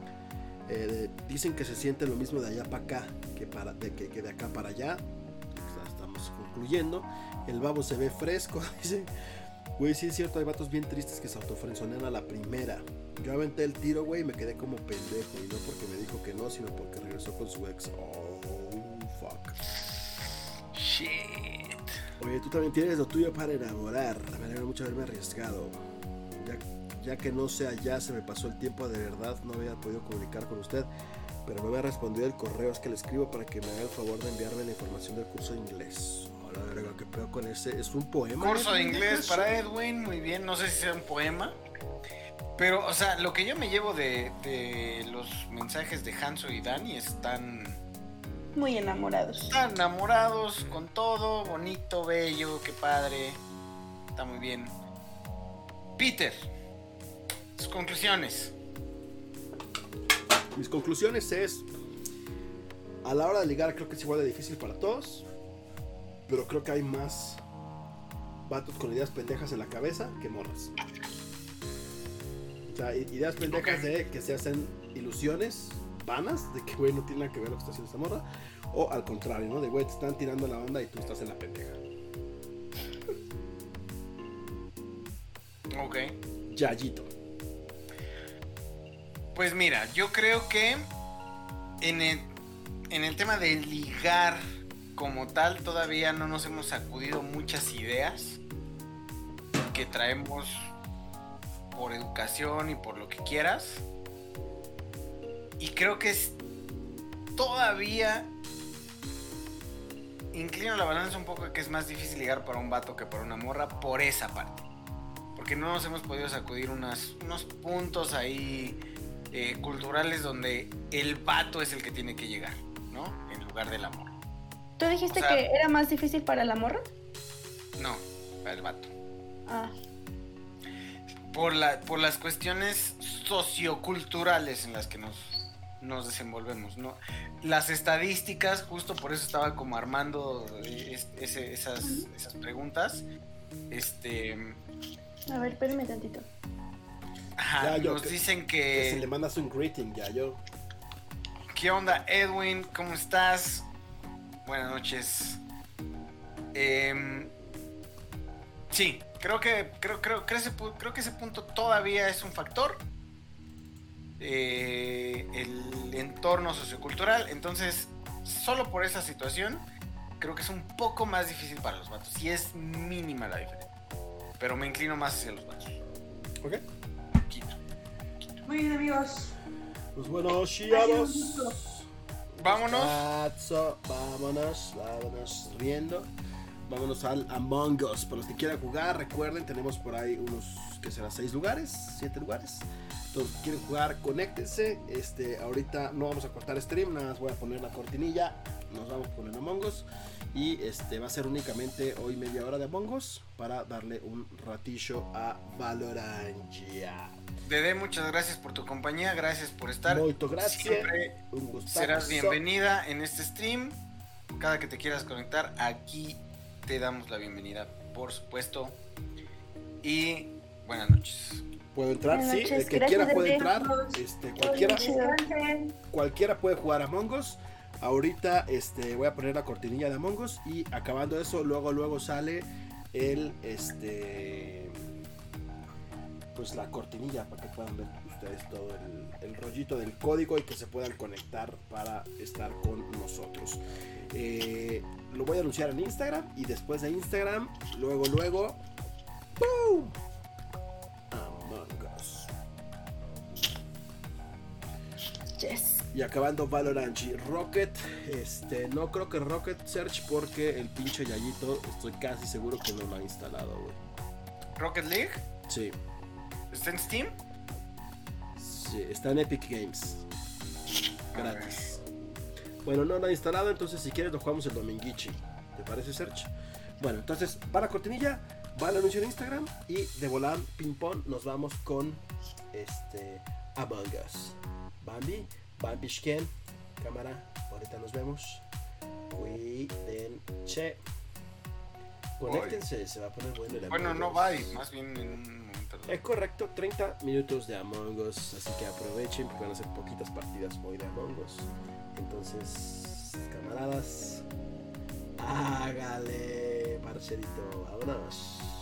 Eh, dicen que se siente lo mismo de allá para acá que, para, de, que, que de acá para allá. O sea, estamos concluyendo. El babo se ve fresco, dice. Güey, sí es cierto, hay vatos bien tristes que se autofrenzonean a la primera. Yo aventé el tiro, güey, y me quedé como pendejo. Y no porque me dijo que no, sino porque regresó con su ex. Oh, fuck. Shit. Oye, tú también tienes lo tuyo para enamorar. Me alegra mucho haberme arriesgado. Ya, ya que no sé allá, se me pasó el tiempo de verdad. No había podido comunicar con usted. Pero me había respondido el correo. Es que le escribo para que me haga el favor de enviarme la información del curso de inglés. Hola, verga, ¿qué pedo con ese? ¿Es un poema? Curso de ¿Es un inglés curso? para Edwin, muy bien. No sé si sea un poema. Pero, o sea, lo que yo me llevo de, de los mensajes de Hanso y Dani están, Muy enamorados. están enamorados con todo, bonito, bello, qué padre. Está muy bien. Peter, sus conclusiones. Mis conclusiones es, a la hora de ligar creo que es igual de difícil para todos, pero creo que hay más vatos con ideas pendejas en la cabeza que morras. O sea, i- ideas pendejas Ok. de que se hacen ilusiones vanas, de que güey no tiene nada que ver lo que está haciendo esta morra, o al contrario, ¿no? De güey te están tirando la onda y tú estás en la pendeja. Ok. Yayito. Pues mira, yo creo que en el, en el tema de ligar como tal todavía no nos hemos sacudido muchas ideas que traemos por educación y por lo que quieras. Y creo que es todavía inclino la balanza un poco de que es más difícil ligar para un vato que para una morra por esa parte. Porque no nos hemos podido sacudir unas, unos puntos ahí eh, culturales donde el vato es el que tiene que llegar, ¿no? En lugar del amor. ¿Tú dijiste O sea- que era más difícil para la morra? No, para el vato. Ah, Por, la, por las cuestiones socioculturales en las que nos, nos desenvolvemos, ¿no? Las estadísticas, justo por eso estaba como armando es- ese- esas, esas preguntas. Este, A ver, espérame tantito. Ajá, Ya, yo, nos que- dicen Que si que... le mandas un greeting, ya yo. ¿Qué onda, Edwin? ¿Cómo estás? Buenas noches. Em, sí, creo que creo, creo, creo, ese, pu- creo que ese punto todavía es un factor. Eh, el entorno sociocultural. Entonces, solo por esa situación, creo que es un poco más difícil para los vatos. Y es mínima la diferencia. Pero me inclino más hacia los vatos. ¿Ok? Quito. Muy bien, amigos. Pues bueno, Ha sido un chavos. gusto. Vámonos. Paso, vámonos, vámonos riendo. Vámonos al Among Us. Para los que quieran jugar, recuerden, tenemos por ahí unos, que será seis lugares, siete lugares. Entonces, si quieren jugar, conéctense. Este, ahorita no vamos a cortar stream, nada más voy a poner la cortinilla. Nos vamos con el Among Us. Y este va a ser únicamente hoy media hora de Among Us para darle un ratillo a Valorangia. Dede, muchas gracias por tu compañía. Gracias por estar. Muchas gracias. Siempre Un gustazo. serás bienvenida en este stream. Cada que te quieras conectar, aquí te damos la bienvenida, por supuesto. Y buenas noches. ¿Puedo entrar? Buenas Sí, noches, el que gracias, quiera puede Dede. entrar. Este, cualquiera, Descansen. cualquiera puede jugar a Among Us. Ahorita este, voy a poner la cortinilla de Among Us. Y acabando eso, luego luego sale el este pues la cortinilla para que puedan ver ustedes todo el, el rollito del código y que se puedan conectar para estar con nosotros. Eh, lo voy a anunciar en Instagram y después de Instagram, luego luego ¡boom! Among Us. Yes. Y acabando Valorant y Rocket, este, no creo que Rocket Search porque el pinche Yayito estoy casi seguro que no lo ha instalado, güey. Rocket League, Sí, ¿está en Steam? sí, está en Epic Games. Gratis. Bueno, no lo ha instalado, entonces si quieres lo jugamos el dominguichi. ¿Te parece, Search? Bueno, entonces, para la cortinilla, va el anuncio en Instagram y de volar ping pong nos vamos con este Among Us. Bambi, Bambi Shken, cámara, ahorita nos vemos. Cuídense. Conéctense, se va a poner bueno el Bueno, Among no Us. va, y más bien en un momento. Es correcto, treinta minutos de Among Us, así que aprovechen porque van a ser poquitas partidas hoy de Among Us. Entonces, camaradas, hágale, parcerito, vámonos.